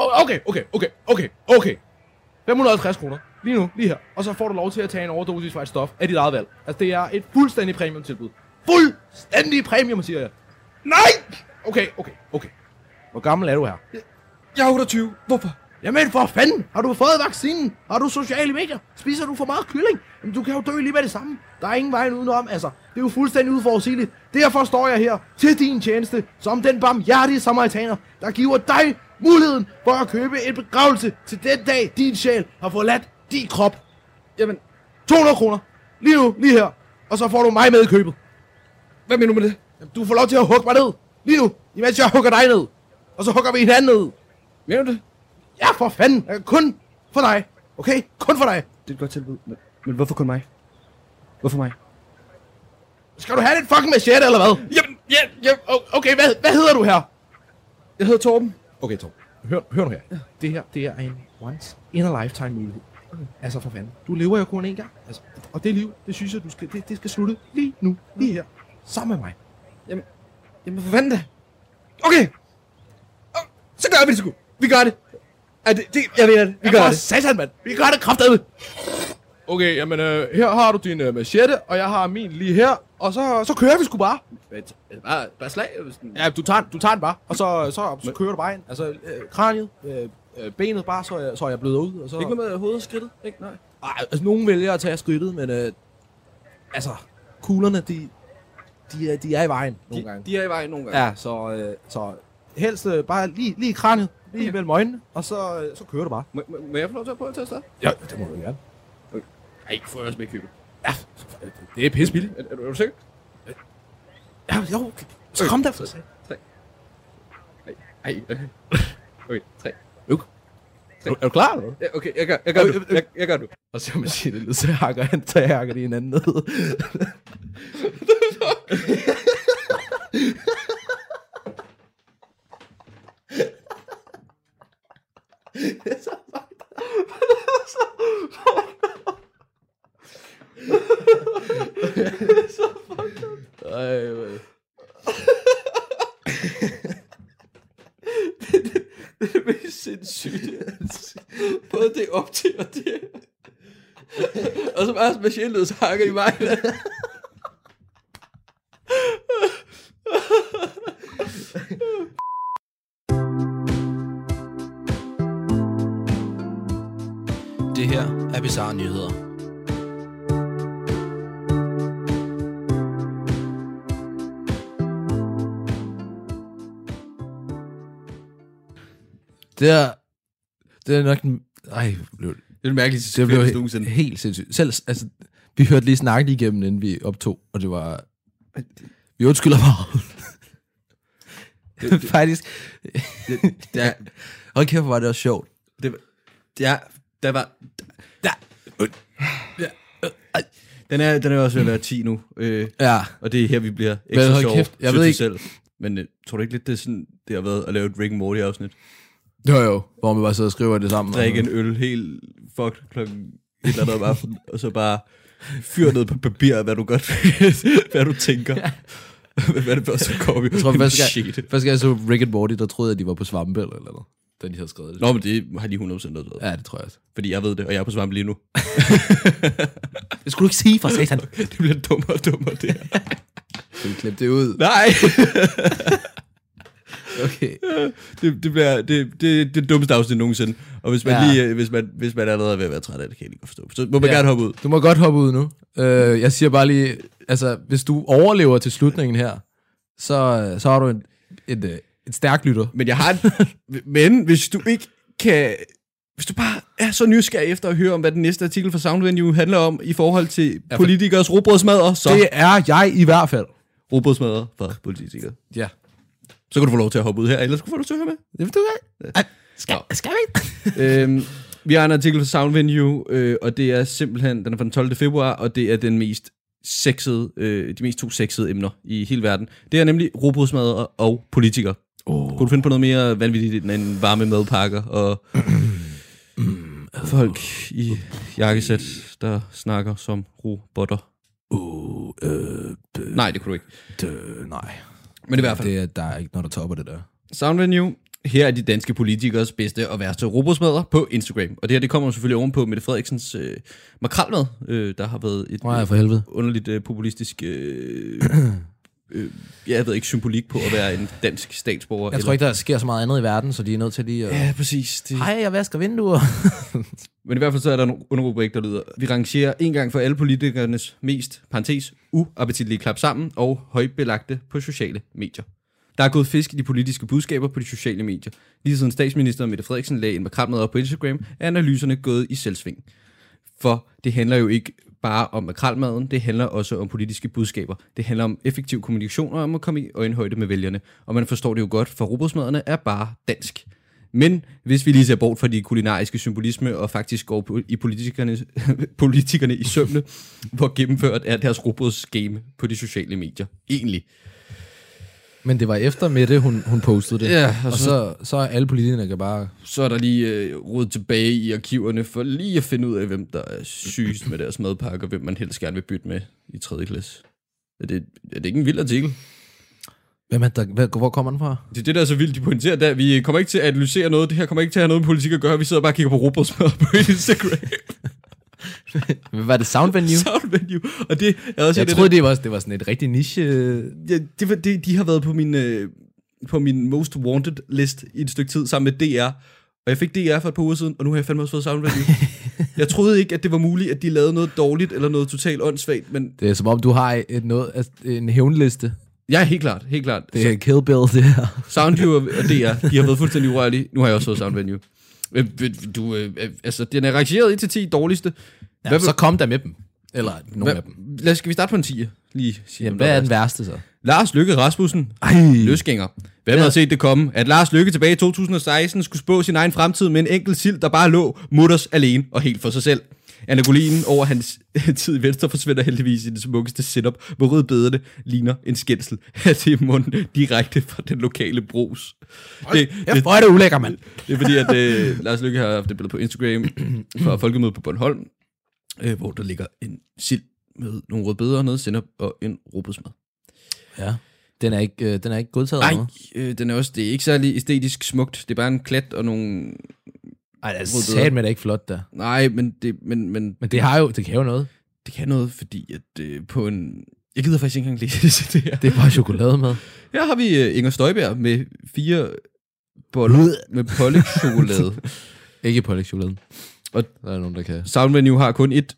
Okay. 550 kroner. Lige nu, lige her. Og så får du lov til at tage en overdosis fra et stof af dit eget valg. Altså, det er et fuldstændig premium tilbud. Fuldstændig premium, siger jeg. Nej! Okay. Hvor gammel er du her? Jeg er 28. Hvorfor? Jamen for fanden! Har du fået vaccinen? Har du sociale medier? Spiser du for meget kylling? Jamen du kan jo dø lige med det samme. Der er ingen vej udenom, altså. Det er jo fuldstændig uforudsigeligt. Derfor står jeg her til din tjeneste, som den barmhjertige samaritaner, der giver dig muligheden for at købe en begravelse til den dag, din sjæl har forladt din krop. Jamen, 200 kroner. Lige nu, lige her. Og så får du mig med i købet. hvad mener du med det? Jamen, du får lov til at hugge mig ned. Lige nu, imens jeg hugger dig ned. Og så hugger vi hinanden ned. Mener du det? Ja, for fanden. Kun for dig. Okay? Kun for dig. Det er et godt tilbud. Men hvorfor kun mig? Hvorfor mig? Skal du have den fucking machete, eller hvad? Jamen, ja. Okay, hvad hedder du her? Jeg hedder Torben. Okay, Torben. Hør nu her. Ja. Det her, det er en once in a lifetime mulighed. Okay. Altså for fanden. Du lever jo kun én gang. Altså, og det liv, det synes jeg, det skal slutte lige nu. Lige her. Sammen med mig. Jamen for fanden da. Okay. Så gør vi det sgu. Vi gør det. Jeg ved det. Vi gør det. Satan, mand. Vi gør det kraftedeme. Okay, jamen her har du din machete, og jeg har min lige her. Og så kører vi sgu bare. Bare slag? Ja, du tager den bare, og så kører du bare ind. Altså, kraniet, benet bare, så jeg bløder ud. Og så... Ikke noget med hovedet skridtet? Ikke? Nej. Ej, altså, nogen vælger at tage skridtet, men altså, kuglerne, de er i vejen nogle gange. De er i vejen nogle gange? Ja, så helst bare lige i kraniet, lige mellem øjnene, og så kører du bare. Må jeg få lov til at prøve at teste dig? Ja, det må du gerne. Okay. Ej, får jeg også med købe? Ja, det er pissebilligt. Er du sikker? Ja, jo. Så kom der. 3. Ej. Okay, 3. Er du klar, eller? Ja, okay, jeg gør du. Og så man siger det lidt, så hakker det hinanden ned. Det er så fucked up. Ej, Det er det mest sindssygt. Både det op til og det. Og så bare specielt så hakker i mig. Det her er Bizarre Nyheder. Det er nok den... Ej, det er det mærkeligste. Det blev helt sindssygt. Selv, altså, vi hørte lige snakke igennem, inden vi optog, og det var... Vi undskylder meget. Faktisk... Hold kæft, hvor var det også sjovt. Den er også ved at være 10 nu. Ja. Og det er her, vi bliver ekstra sjov. Jeg ved ikke... Selv. Men tror du ikke lidt, det er sådan, det har været at lave et Rick and Morty afsnit? Jo, hvor man bare sidder og skriver det sammen. Drikke en øl helt fucked klokken et eller andet om aftenen, og så bare fyre ned på papir, hvad du godt hvad du tænker. Ja. Hvad er det første, der kommer? Jeg tror, første gang jeg så Rick and Morty, der troede jeg, at de var på svampe eller noget, da de havde skrevet det. Nå, men det har de 100% været. Ja, det tror jeg også. Fordi jeg ved det, og jeg er på svampe lige nu. Det skulle du ikke sige for satan. Det bliver dummere og dummere, det her. Skal vi klippe det ud? Nej! Okay. Det bliver det dummeste afsnit nogensinde. Og hvis man hvis man allerede er ved at være træt af det, kan jeg ikke forstå. Så må man gerne hoppe ud. Du må godt hoppe ud nu. Jeg siger bare lige, altså hvis du overlever til slutningen her, så har du et stærk lytter. Men hvis du ikke kan, hvis du bare er så nysgerrig efter at høre om, hvad den næste artikel fra Soundvenue handler om i forhold til politikers rugbrødsmadder, så det er jeg i hvert fald. Rugbrødsmadder fra politikere. Ja. Så kan du få lov til at hoppe ud her, ellers kan du få lov til at høre med. Det vil du ikke. Skal vi ikke? Vi har en artikel fra Soundvenue, og det er simpelthen, den er fra den 12. februar, og det er den mest sexede, de mest 2 sexede emner i hele verden. Det er nemlig rugbrødsmadder og politikere. Kunne du finde på noget mere vanvittigt end varme madpakker og folk i jakkesæt, der snakker som robotter? Nej, det kunne du ikke. Nej. Men i hvert fald. Der er ikke noget, der topper det der. Soundvenue. Her er de danske politikers bedste og værste rugbrødsmadder på Instagram. Og det her, det kommer selvfølgelig ovenpå Mette Frederiksens makrelmad, der har været et underligt populistisk... jeg ved ikke, symbolik på at være en dansk statsborger. Jeg tror ikke, der sker så meget andet i verden, så de er nødt til lige at... Ja, præcis. Hej, jeg vasker vinduer. Men i hvert fald så er der en underrubrik, der lyder: vi rangerer en gang for alle politikernes mest, uappetitlige klap sammen og højbelagte på sociale medier. Der er gået fisk i de politiske budskaber på de sociale medier. Lige siden statsminister Mette Frederiksen lagde en makrelmad op på Instagram, er analyserne gået i selvsving. For det handler jo ikke bare om makrelmaden, det handler også om politiske budskaber. Det handler om effektiv kommunikation og om at komme i øjenhøjde med vælgerne. Og man forstår det jo godt, for rugbrødsmaderne er bare dansk. Men hvis vi lige ser bort fra de kulinariske symbolisme og faktisk går i politikerne i sømne, hvor gennemført er deres rugbrødsgame på de sociale medier. Egentlig. Men det var efter Mette, hun postede det. Ja, og så er alle politikerne kan bare... Så er der lige rodet tilbage i arkiverne for lige at finde ud af, hvem der er sygest med deres madpakke, og hvem man helst gerne vil bytte med i 3. klasse. Er det ikke en vild artikel? Hvor kommer den fra? Det er det, der er så vildt, de pointerer der. Vi kommer ikke til at analysere noget. Det her kommer ikke til at have noget med politik at gøre. Vi sidder bare og kigger på rugbrødsmad på Instagram. Var det Sound Venue? Sound Venue. Og det er også jeg troede, det var sådan et rigtig niche... Ja, de har været på min Most Wanted list i et stykke tid sammen med DR. Og jeg fik DR for et par uger siden, og nu har jeg fandme også fået Sound Venue. Jeg troede ikke, at det var muligt, at de lavede noget dårligt, eller noget totalt åndssvagt, men... Det er som om, du har en hævnliste. Ja, helt klart. Det er Kill Bill, det her. Soundview og DR, de har været fuldstændig urørlige. Nu har jeg også fået Sound Venue. Altså, den er rangeret 1-10 dårligste. Ja, så kom der med dem. Eller nogle af dem. Skal vi starte på en 10'er? Jamen, hvad er den værste så? Lars Løkke Rasmussen. Løsgænger. Hvem havde set det komme? At Lars Løkke tilbage i 2016 skulle spå sin egen fremtid med en enkelt sild, der bare lå mutters alene og helt for sig selv. Anagolien over hans tid i Venstre forsvinder heldigvis i det smukkeste setup, hvor rødbederne ligner en skændsel af det i munden direkte fra den lokale brus. Hvor er det ulækker, mand. Det er fordi, at Lars Løkke har haft et billede på Instagram fra Folkemødet på Bornholm, hvor der ligger en sild med nogle rødbeder, noget senap og en rugbrødsmad. Ja. Den er ikke godtaget? Nej, det er ikke særlig æstetisk smukt. Det er bare en klat og nogle... Ej, det er sat med, det er ikke flot der. Nej, men det kan jo noget. Det kan noget, fordi at på en... Jeg gider faktisk ikke engang læse det her. Det er bare chokolademad. Her har vi Inger Støjberg med 4 boller med pålægschokolade. Ikke pålægschokolade. Og der er nogen, der kan... Sound Venue har kun et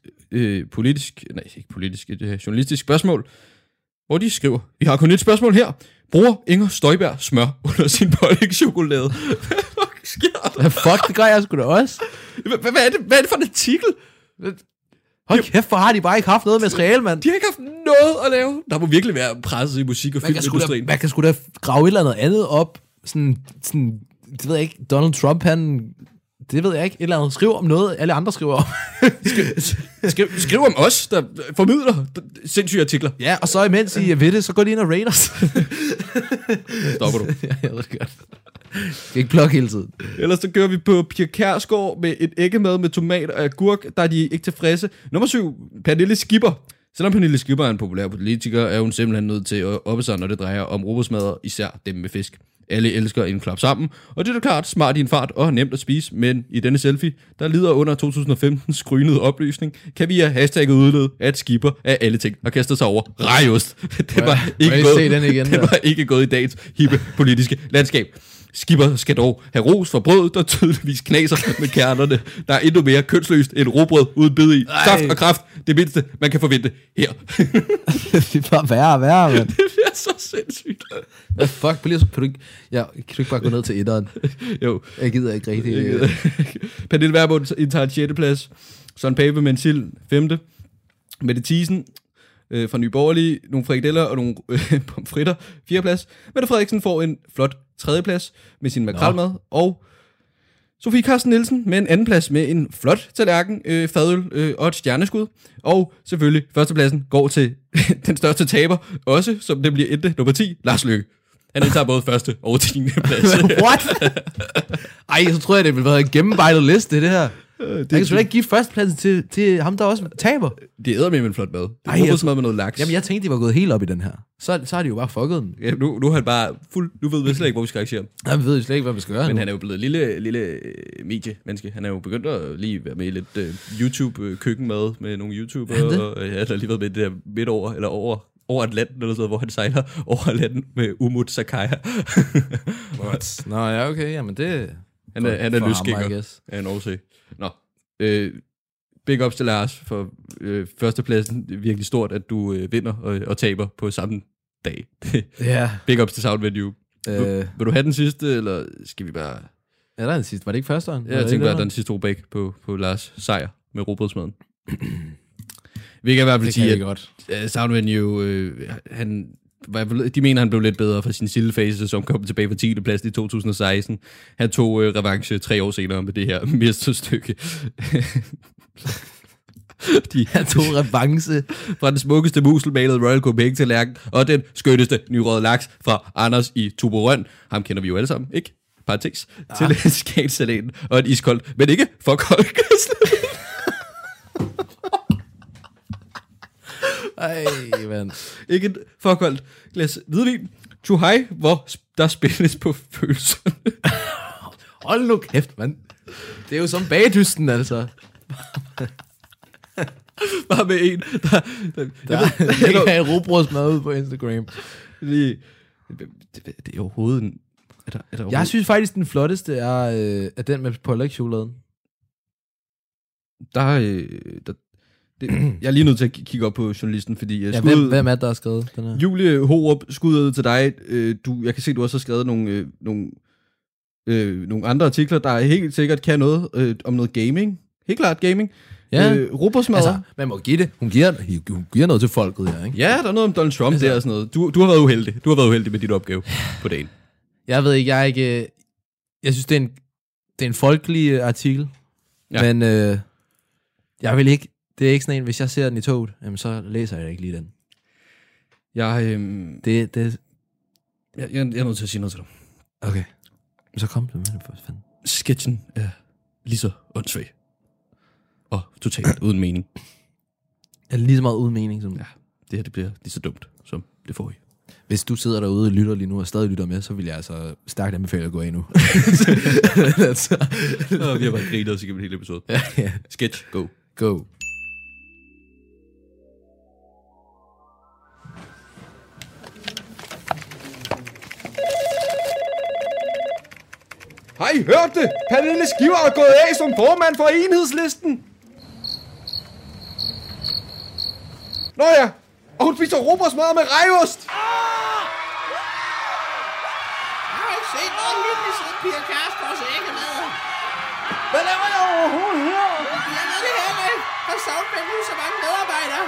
journalistisk spørgsmål, hvor de skriver, vi har kun et spørgsmål her. Bruger Inger Støjberg smør under sin pålægschokolade? Hvad fuck, det gør jeg sgu da også. Hvad er det for en artikel? Hold kæft, for har de bare ikke haft noget materiale, mand. De har ikke haft noget at lave. Der må virkelig være presset i musik- og filmindustrien. Man kan sgu da grave et eller andet andet op. Sådan, det ved jeg ikke, Donald Trump, det ved jeg ikke, et eller andet. Skriv om noget, alle andre skriver om. Skriv om os, der formidler sindssyge artikler. Ja, og så imens I ved det, så går de ind og rater os. Stopper du? Ja, jeg ved det godt. Skal ikke plukke hele tiden. Ellers så kører vi på Pia Kjærsgaard med et æggemad med tomat og agurk, der er de ikke tilfredse. Nummer 7, Pernille Skipper. Selvom Pernille Skipper er en populær politiker, er hun simpelthen nødt til at oppe sig, når det drejer om rugbrødsmadder, især dem med fisk. Alle elsker en klap sammen, og det er da klart smart i en fart og nemt at spise, men i denne selfie, der lider under 2015 skrynede oplysning, kan via hashtagget udlede, at Skipper af alle ting har kastet sig over rejost. Det var ikke gået i dagens hippe politiske landskab. Skipper skal dog have ros for brød, der tydeligvis knaser med kernerne. Der er endnu mere kønsløst end rugbrød uden bid i. Saft og kraft, det mindste, man kan forvente her. Det er bare værre, mand. Det bliver så sindssygt. Hvad fuck, kan du ikke bare gå ned til etteren? Jo. Jeg gider ikke rigtig. Pernille Vermund indtager 6. plads. Søren Pape med en sild 5. Mette Thiesen fra Nye Borgerlige, nogle frikadeller og nogle pomfritter 4. plads. Mette Frederiksen får en flot 3. plads med sin makrelmad, og Sofie Carsten Nielsen med en 2. plads med en flot tallerken, fadøl og et stjerneskud. Og selvfølgelig 1. pladsen går til den største taber, også som det bliver endte nummer 10, Lars Løkke. Han indtager både 1. og 10. plads. What? Ej, så tror jeg, det ville være en gennemarbejdet liste, det her. Jeg kan sgu ikke give førstepladsen til ham, der også taber. Det æder med en flot mad. Det er med noget laks. Jamen, jeg tænkte, de var gået helt op i den her. Så har de jo bare fucket den. Ja, nu er han bare fuld... Nu ved vi slet ikke, hvor vi skal arrangere. Nej, vi ved slet ikke, hvad vi skal gøre. Men han er jo blevet lille mediemenneske. Han er jo begyndt at lige være med i lidt YouTube-køkkenmad med nogle YouTubere. Og han har lige været med det der midt over, eller over Atlanten, eller sådan, hvor han sejler over Atlanten med Umut Sakaya. What? Nå, ja, okay. Jamen, det... Han er løsgænger af en årsag. Nå, big ups til Lars for førstepladsen. Det er virkelig stort, at du vinder og taber på samme dag. Ja. Big ups til Sound Venue. Vil du have den sidste, eller skal vi bare... Ja, der er den sidste. Var det ikke førsteren? Ja, jeg tænkte bare, at den sidste throwback på Lars sejr med rugbrødsmaden. Vi kan i hvert fald sige, at Sound Venue, de mener, han blev lidt bedre for sin sildefase, som kom tilbage fra 10. plads i 2016. Han tog revanche 3 år senere med det her mesterstykke. Han tog revanche fra den smukkeste muselmalede Royal Copenhagen-tallerken og den skønneste nyrøde laks fra Anders i Tuborøn. Ham kender vi jo alle sammen, ikke? Parenthes. Til skagssalaten og en iskold, men ikke for kold. Ej, mand. Ikke et forkoldt glas hvidvin. Chuhai, hvor der spilles på følelserne. Hold nu kæft, mand. Det er jo som bagdysten, altså. Bare med en, der ikke har rugbrødsmad ud på Instagram. Det er overhovedet en... Jeg synes faktisk, den flotteste er den med pålægchokoladen. Jeg er lige nødt til at kigge op på journalisten, fordi... Hvem er der har skrevet den her? Julie Horup, skud ud til dig. Jeg kan se, du også har skrevet nogle andre artikler, der helt sikkert kan noget om noget gaming. Helt klart gaming. Ja. Robotsmadder. Altså, man må give det. Hun giver noget til folket her, ikke? Ja, der er noget om Donald Trump der og sådan noget. Du har været uheldig. Du har været uheldig med dit opgave på dagen. Jeg ved ikke, jeg synes, det er en folkelig artikel. Ja. Men jeg vil ikke... Det er ikke sådan en, hvis jeg ser den i toget, jamen så læser jeg ikke lige den. Jeg er nødt til at sige noget til dig. Okay. Så kom det med det for fanden. Sketchen er lige så åndssvag. Og totalt uden mening. Er det lige så meget uden mening som... Ja, det her det bliver lige så dumt, som det får i. Hvis du sidder derude og lytter lige nu, og stadig lytter med, så vil jeg altså stærkt anbefale at gå af nu. Vi har bare grinet os igennem hele episode. Ja. Sketch, go. Go. Har I hørt det? Pernille Skipper er gået af som formand for Enhedslisten. Nå ja, og hun spiser rugbrødsmadder med rejost. Jeg har ikke set noget hyggeligt siden Pia Kærsgaards æggemad. Hvad laver jeg overhovedet her? Jeg ved det her med. Har Savnfeldt nu så mange medarbejdere?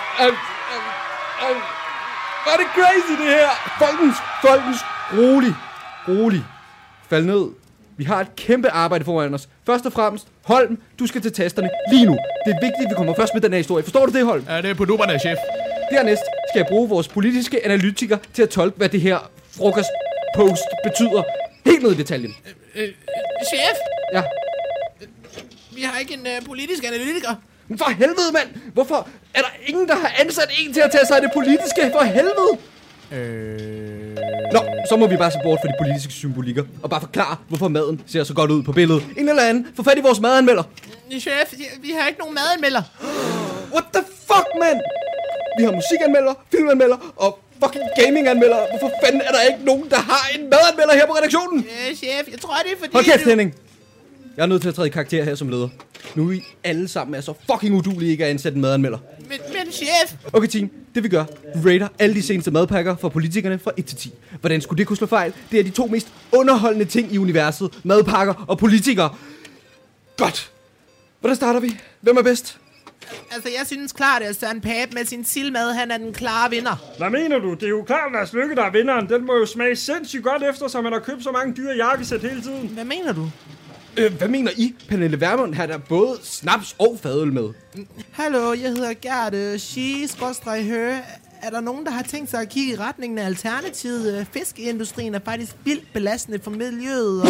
Var det crazy det her? Folkens, rolig. Fald ned. Vi har et kæmpe arbejde foran os. Først og fremmest, Holm, du skal til tasterne lige nu. Det er vigtigt, at vi kommer først med den her historie. Forstår du det, Holm? Ja, det er på dupperne, chef. Dernæst skal jeg bruge vores politiske analytikere til at tolke, hvad det her frokostpost betyder. Helt ned i detaljen. Chef? Ja. Vi har ikke en politisk analytiker. Men for helvede, mand! Hvorfor er der ingen, der har ansat en til at tage sig af det politiske? For helvede! Nå, så må vi bare se bort fra de politiske symbolikker og bare forklare, hvorfor maden ser så godt ud på billedet. En eller anden. Få fat i vores madanmelder. Chef, vi har ikke nogen madanmelder. What the fuck, man? Vi har musikanmelder, filmanmelder og fucking gaminganmelder. Hvorfor fanden er der ikke nogen, der har en madanmelder her på redaktionen? Chef, jeg tror, det er fordi... Hold kæft, Henning. Jeg er nødt til at træde i karakter her som leder. Nu er I alle sammen er så fucking udulige ikke at ansætte en madanmelder. Men chef... Okay, team. Det vi gør, vi rater alle de seneste madpakker fra politikerne fra 1 til 10. Hvordan skulle det kunne slå fejl? Det er de to mest underholdende ting i universet. Madpakker og politikere. Godt. Hvordan starter vi? Hvem er bedst? Altså, jeg synes klart, at Søren Pape med sin sildmad, han er den klare vinder. Hvad mener du? Det er jo klart, at Lars Løkke, der er vinderen. Den må jo smage sindssygt godt efter, så man har købt så mange dyre jakkesæt hele tiden. Hvad mener du? Hvad mener I? Pernille Vermund har der både snaps og fadøl med. Hallo, jeg hedder Gerte Schie-Hø. Er der nogen, der har tænkt sig at kigge i retningen af alternativet? Fiskeindustrien er faktisk vildt belastende for miljøet. Og...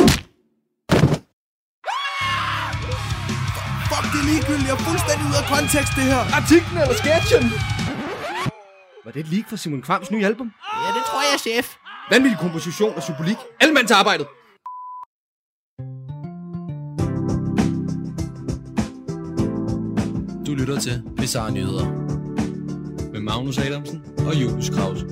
Fuck, det er ligegyldigt. Jeg er fuldstændig ude af kontekst, det her. Artiklen eller sketchen? Var det et leak fra Simon Kvams nye album? Ja, det tror jeg, chef. Vanvittig komposition og symbolik. Alle mand til arbejdet. Du lytter til Bizarre Nyheder med Magnus Adamsen og Julius Krause.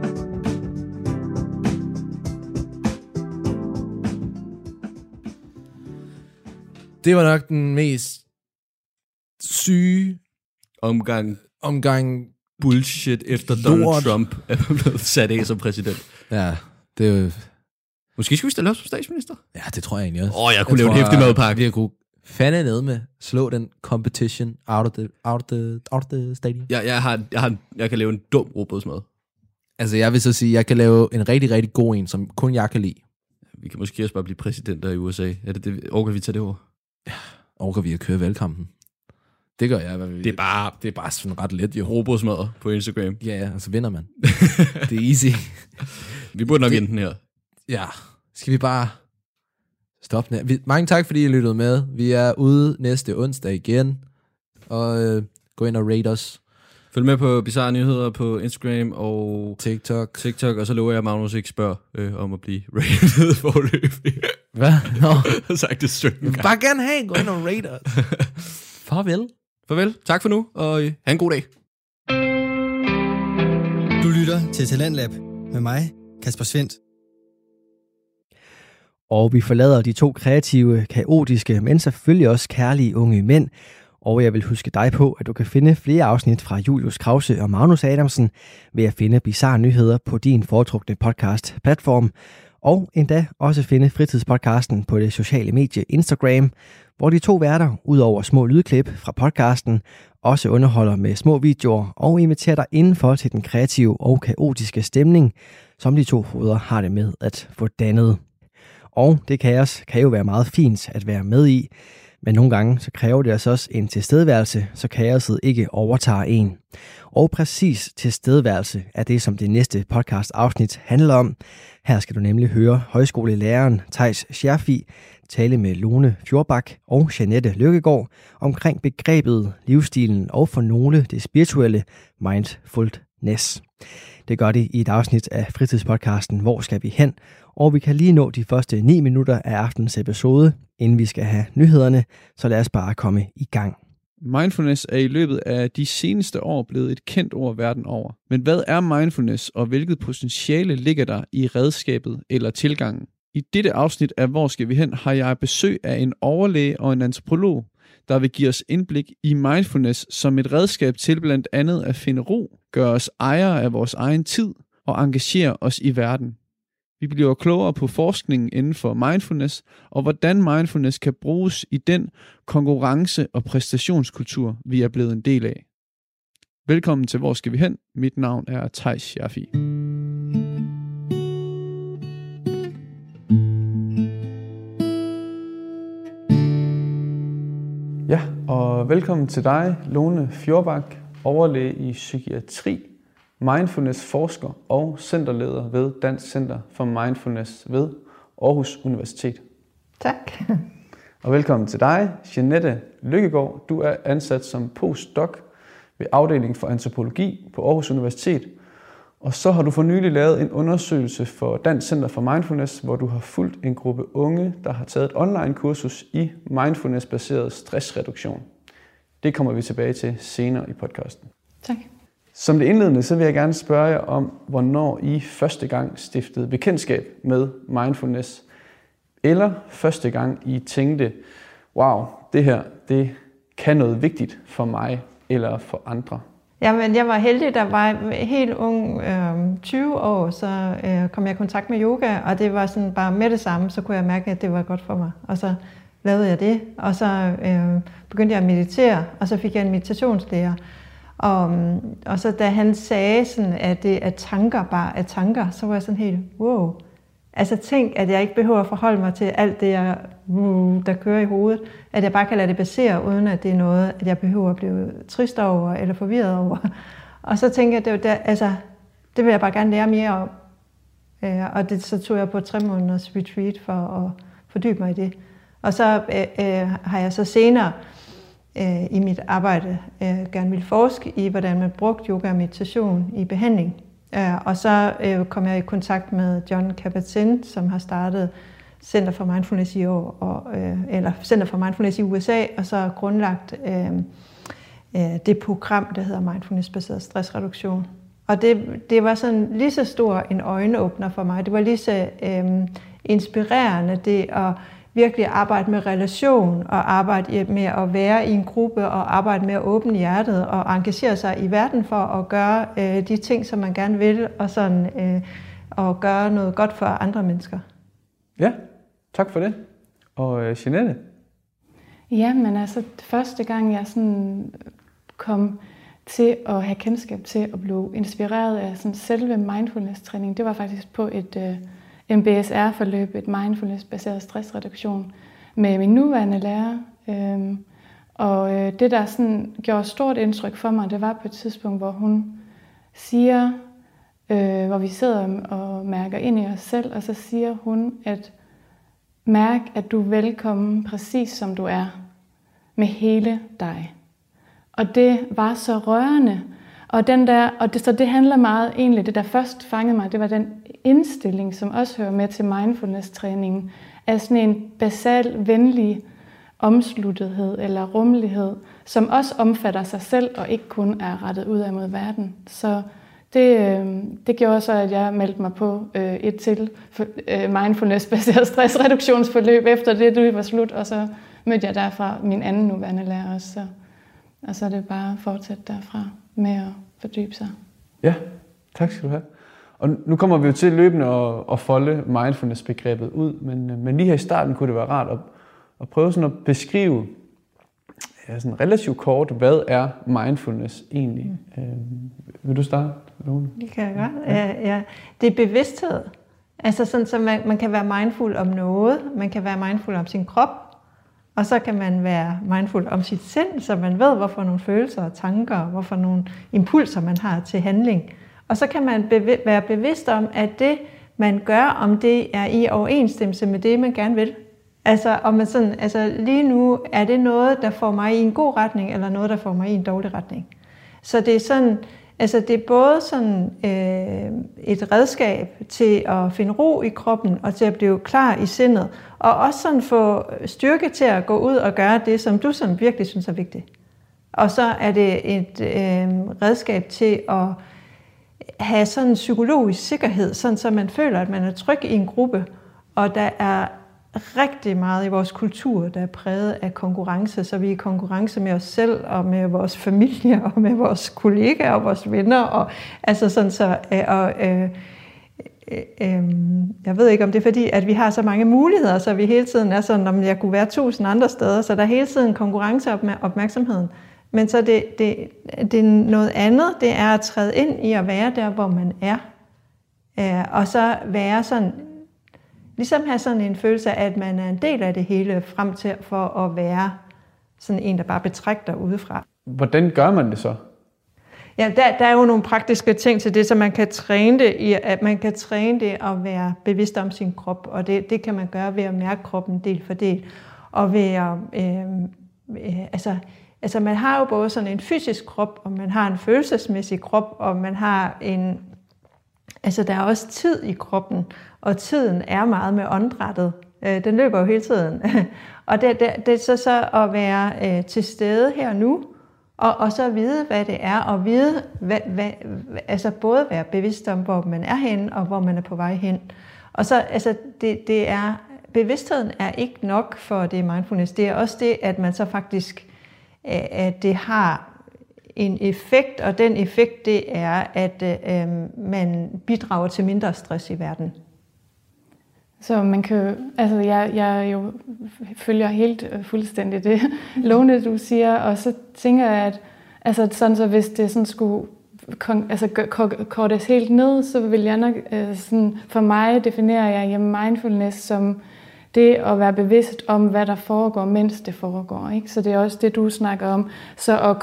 Det var nok den mest syge omgang bullshit efter Donald Trump er blevet sat af som præsident. Ja, det er jo... Måske skulle vi stille os som statsminister? Ja, det tror jeg egentlig også. Jeg kunne lave en hæftig madpakke. Jeg kunne fandme ned med slå den competition out of the stadium. Jeg kan lave en dum rugbrødsmad. Altså, jeg vil så sige, at jeg kan lave en rigtig, rigtig god en, som kun jeg kan lide. Vi kan måske også bare blive præsidenter i USA. Orker vi tage det over? Ja, orker vi at køre valgkampen? Det gør jeg. Det er bare sådan ret let, jo. Rugbrødsmadder på Instagram. Ja, og så vinder man. Det er easy. Vi burde nok ende her. Ja, skal vi bare stoppe her. Mange tak, fordi I lyttede med. Vi er ude næste onsdag igen. Og gå ind og rate os. Følg med på Bizarre Nyheder på Instagram og TikTok. Og så lover jeg, at Magnus ikke spørger om at blive rated forløbig. Hvad? Nå. Jeg har sagt det strengt. Jeg vil bare gerne have, gå ind og rate os. Farvel. Farvel, tak for nu, og have en god dag. Du lytter til Talentlab med mig, Kasper Svendt. Og vi forlader de to kreative, kaotiske, men selvfølgelig også kærlige unge mænd. Og jeg vil huske dig på, at du kan finde flere afsnit fra Julius Krause og Magnus Adamsen ved at finde bizarre nyheder på din foretrukne podcast-platform. Og endda også finde fritidspodcasten på det sociale medie Instagram, hvor de to værter, ud over små lydklip fra podcasten, også underholder med små videoer og inviterer dig indenfor til den kreative og kaotiske stemning, som de to hoveder har det med at få dannet. Og det kaos kan jo være meget fint at være med i, men nogle gange så kræver det altså også en tilstedeværelse, så kaoset ikke overtager en. Og præcis tilstedeværelse er det, som det næste podcast afsnit handler om. Her skal du nemlig høre højskolelæreren Theis Scherfig tale med Lone Fjordbak og Jeanette Lykkegaard omkring begrebet, livsstilen og for nogle det spirituelle mindfulness. Det gør det i et afsnit af fritidspodcasten Hvor skal vi hen? Og vi kan lige nå de første 9 minutter af aftens episode, inden vi skal have nyhederne, så lad os bare komme i gang. Mindfulness er i løbet af de seneste år blevet et kendt ord verden over. Men hvad er mindfulness, og hvilket potentiale ligger der i redskabet eller tilgangen? I dette afsnit af Hvor skal vi hen? Har jeg besøg af en overlæge og en antropolog, der vil give os indblik i mindfulness som et redskab til blandt andet at finde ro, gøre os ejere af vores egen tid og engagere os i verden. Vi bliver klogere på forskningen inden for mindfulness, og hvordan mindfulness kan bruges i den konkurrence- og præstationskultur, vi er blevet en del af. Velkommen til Hvor skal vi hen? Mit navn er Theis Scherfig. Ja, og velkommen til dig, Lone Fjordbak, overlæge i psykiatri, mindfulness-forsker og centerleder ved Dansk Center for Mindfulness ved Aarhus Universitet. Tak. Og velkommen til dig, Jeanette Lykkegaard. Du er ansat som postdoc ved afdelingen for antropologi på Aarhus Universitet. Og så har du for nylig lavet en undersøgelse for Dansk Center for Mindfulness, hvor du har fulgt en gruppe unge, der har taget et online-kursus i mindfulness-baseret stressreduktion. Det kommer vi tilbage til senere i podcasten. Tak. Som det indledende, så vil jeg gerne spørge jer om, hvornår I første gang stiftede bekendtskab med mindfulness, eller første gang I tænkte, wow, det her, det kan noget vigtigt for mig eller for andre. Jamen, jeg var heldig, der var helt ung, 20 år, så kom jeg i kontakt med yoga, og det var sådan bare med det samme, så kunne jeg mærke, at det var godt for mig. Og så lavede jeg det, og så begyndte jeg at meditere, og så fik jeg en meditationslærer. Og så da han sagde sådan, at det er tanker bare er tanker, så var jeg sådan helt, wow. Altså tænk, at jeg ikke behøver at forholde mig til alt det, der kører i hovedet. At jeg bare kan lade det basere, uden at det er noget, at jeg behøver at blive trist over eller forvirret over. Og så tænkte jeg, det vil jeg bare gerne lære mere om. Og så tog jeg på 3 måneders retreat for at fordybe mig i det. Og så har jeg så senere i mit arbejde gerne ville forske i, hvordan man brugte yoga og meditation i behandling. Og så kom jeg i kontakt med Jon Kabat-Zinn, som har startet Center for Mindfulness i år, eller Center for Mindfulness i USA, og så grundlagt det program, der hedder Mindfulness-baseret stressreduktion. Og det var sådan lige så stor en øjenåbner for mig. Det var lige så inspirerende, det at virkelig arbejde med relation, og arbejde med at være i en gruppe, og arbejde med at åbne hjertet, og engagere sig i verden for at gøre de ting, som man gerne vil, og sådan og gøre noget godt for andre mennesker. Ja, tak for det. Og Jeanette? Ja, men altså første gang jeg sådan kom til at have kendskab til at blive inspireret af sådan selve mindfulness-træning, det var faktisk på et MBSR-forløb, et mindfulness-baseret stressreduktion med min nuværende lærer. Og det, der sådan gjorde stort indtryk for mig, det var på et tidspunkt, hvor hun siger, hvor vi sidder og mærker ind i os selv, og så siger hun, at mærk, at du er velkommen præcis som du er, med hele dig. Og det var så rørende. Så det handler meget egentlig, det der først fangede mig, det var den indstilling, som også hører med til mindfulness-træningen, af sådan en basal, venlig omsluttethed eller rummelighed, som også omfatter sig selv og ikke kun er rettet ud af mod verden. Så det gjorde så, at jeg meldte mig på et til mindfulness-baseret stressreduktionsforløb efter det var slut, og så mødte jeg derfra min anden nuværende lærer også. Og så er det bare at fortsætte derfra med at fordybe sig. Ja, tak skal du have. Og nu kommer vi jo til løbende at folde mindfulness-begrebet ud, men lige her i starten kunne det være rart at prøve sådan at beskrive sådan relativt kort, hvad er mindfulness egentlig? Vil du starte, Lone? Det kan jeg godt. Ja. Det er bevidsthed. Altså sådan, så man kan være mindful om noget. Man kan være mindful om sin krop. Og så kan man være mindful om sit sind, så man ved, hvorfor nogle følelser og tanker, hvorfor nogle impulser man har til handling. Og så kan man være bevidst om, at det, man gør, om det er i overensstemmelse med det, man gerne vil. Altså, om man sådan, lige nu, er det noget, der får mig i en god retning, eller noget, der får mig i en dårlig retning. Så det er sådan, det er både sådan et redskab til at finde ro i kroppen, og til at blive klar i sindet, og også sådan få styrke til at gå ud og gøre det, som du sådan virkelig synes er vigtigt. Og så er det et redskab til at have sådan en psykologisk sikkerhed, sådan så man føler, at man er tryg i en gruppe, og der er rigtig meget i vores kultur, der er præget af konkurrence, så vi er i konkurrence med os selv, og med vores familie, og med vores kollegaer, og vores venner, og altså sådan så, jeg ved ikke, om det er fordi, at vi har så mange muligheder, så vi hele tiden er sådan, om jeg kunne være 1000 andre steder, så der er hele tiden konkurrence om opmærksomheden. Men så det er noget andet, det er at træde ind i at være der, hvor man er, og så være sådan, ligesom have sådan en følelse af, at man er en del af det hele, frem til for at være sådan en, der bare betragter udefra. Hvordan gør man det så? Ja, der er jo nogle praktiske ting til det, så man kan træne det i, at man kan træne det at være bevidst om sin krop, og det kan man gøre ved at mærke kroppen del for del, og ved at, altså man har jo både sådan en fysisk krop, og man har en følelsesmæssig krop, og man har der er også tid i kroppen, og tiden er meget med åndedrættet. Den løber jo hele tiden. Og det er så at være til stede her og nu, og så vide, hvad det er, og vide, både være bevidst om, hvor man er henne, og hvor man er på vej hen. Og så, det er, bevidstheden er ikke nok for det mindfulness. Det er også det, at man så faktisk, at det har en effekt, og den effekt, det er, at man bidrager til mindre stress i verden. Så man kan jeg jo følger helt fuldstændig det, Lone, du siger, og så tænker jeg, at sådan så hvis det sådan skulle kortes helt ned, så vil jeg nok sådan, for mig definerer jeg mindfulness som det at være bevidst om, hvad der foregår, mens det foregår. Ikke? Så det er også det, du snakker om. Så at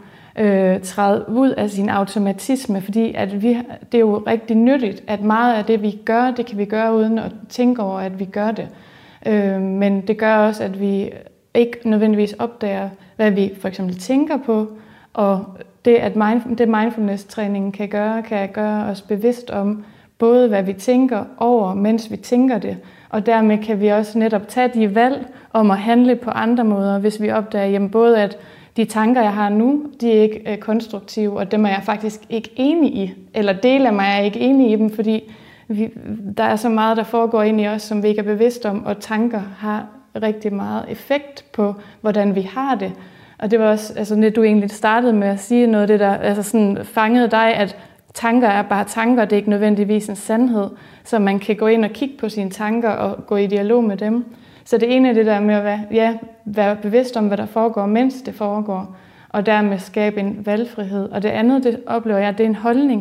træde ud af sin automatisme, fordi at det er jo rigtig nyttigt, at meget af det, vi gør, det kan vi gøre uden at tænke over, at vi gør det. Men det gør også, at vi ikke nødvendigvis opdager, hvad vi for eksempel tænker på, og det, at mindfulness-træningen kan gøre os bevidst om, både hvad vi tænker over, mens vi tænker det, og dermed kan vi også netop tage de valg om at handle på andre måder, hvis vi opdager, jamen både at de tanker, jeg har nu, de er ikke konstruktive, og dem er jeg faktisk ikke enig i, eller del af mig er ikke enig i dem, fordi der er så meget, der foregår ind i os, som vi ikke er bevidst om, og tanker har rigtig meget effekt på, hvordan vi har det. Og det var også det, du egentlig startede med at sige, noget af det, der sådan fangede dig, at tanker er bare tanker, det er ikke nødvendigvis en sandhed, så man kan gå ind og kigge på sine tanker og gå i dialog med dem. Så det ene er det der med at være bevidst om, hvad der foregår, mens det foregår, og dermed skabe en valgfrihed. Og det andet, det oplever jeg, det er en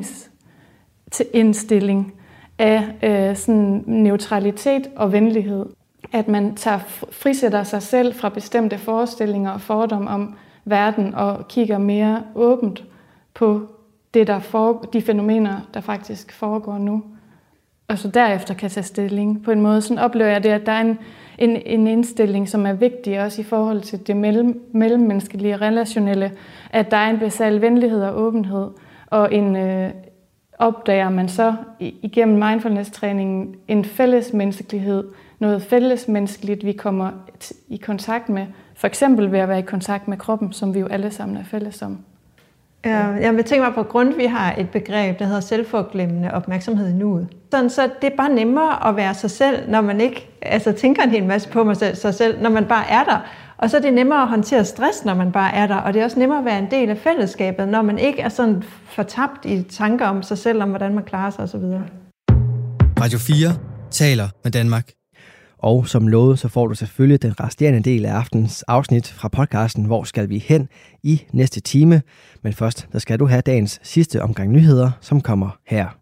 holdningsindstilling af sådan neutralitet og venlighed. At man frisætter sig selv fra bestemte forestillinger og fordomme om verden og kigger mere åbent på de fænomener, der faktisk foregår nu. Og så derefter kan tage stilling. På en måde sådan oplever jeg det, at der er en indstilling, som er vigtig også i forhold til det mellemmenneskelige relationelle, at der er en basal venlighed og åbenhed, og opdager man så igennem mindfulness-træningen en fællesmenneskelighed, noget fællesmenneskeligt, vi kommer i kontakt med, For eksempel ved at være i kontakt med kroppen, som vi jo alle sammen er fælles om. Jeg vil tænke mig på grund, vi har et begreb, der hedder selvforglemmende opmærksomhed i nuet. Så det er bare nemmere at være sig selv, når man ikke tænker en hel masse på sig selv, når man bare er der. Og så er det nemmere at håndtere stress, når man bare er der. Og det er også nemmere at være en del af fællesskabet, når man ikke er sådan fortabt i tanker om sig selv, om hvordan man klarer sig osv. Radio 4 taler med Danmark. Og som lovet, så får du selvfølgelig den resterende del af aftens afsnit fra podcasten Hvor skal vi hen i næste time. Men først, der skal du have dagens sidste omgang nyheder, som kommer her.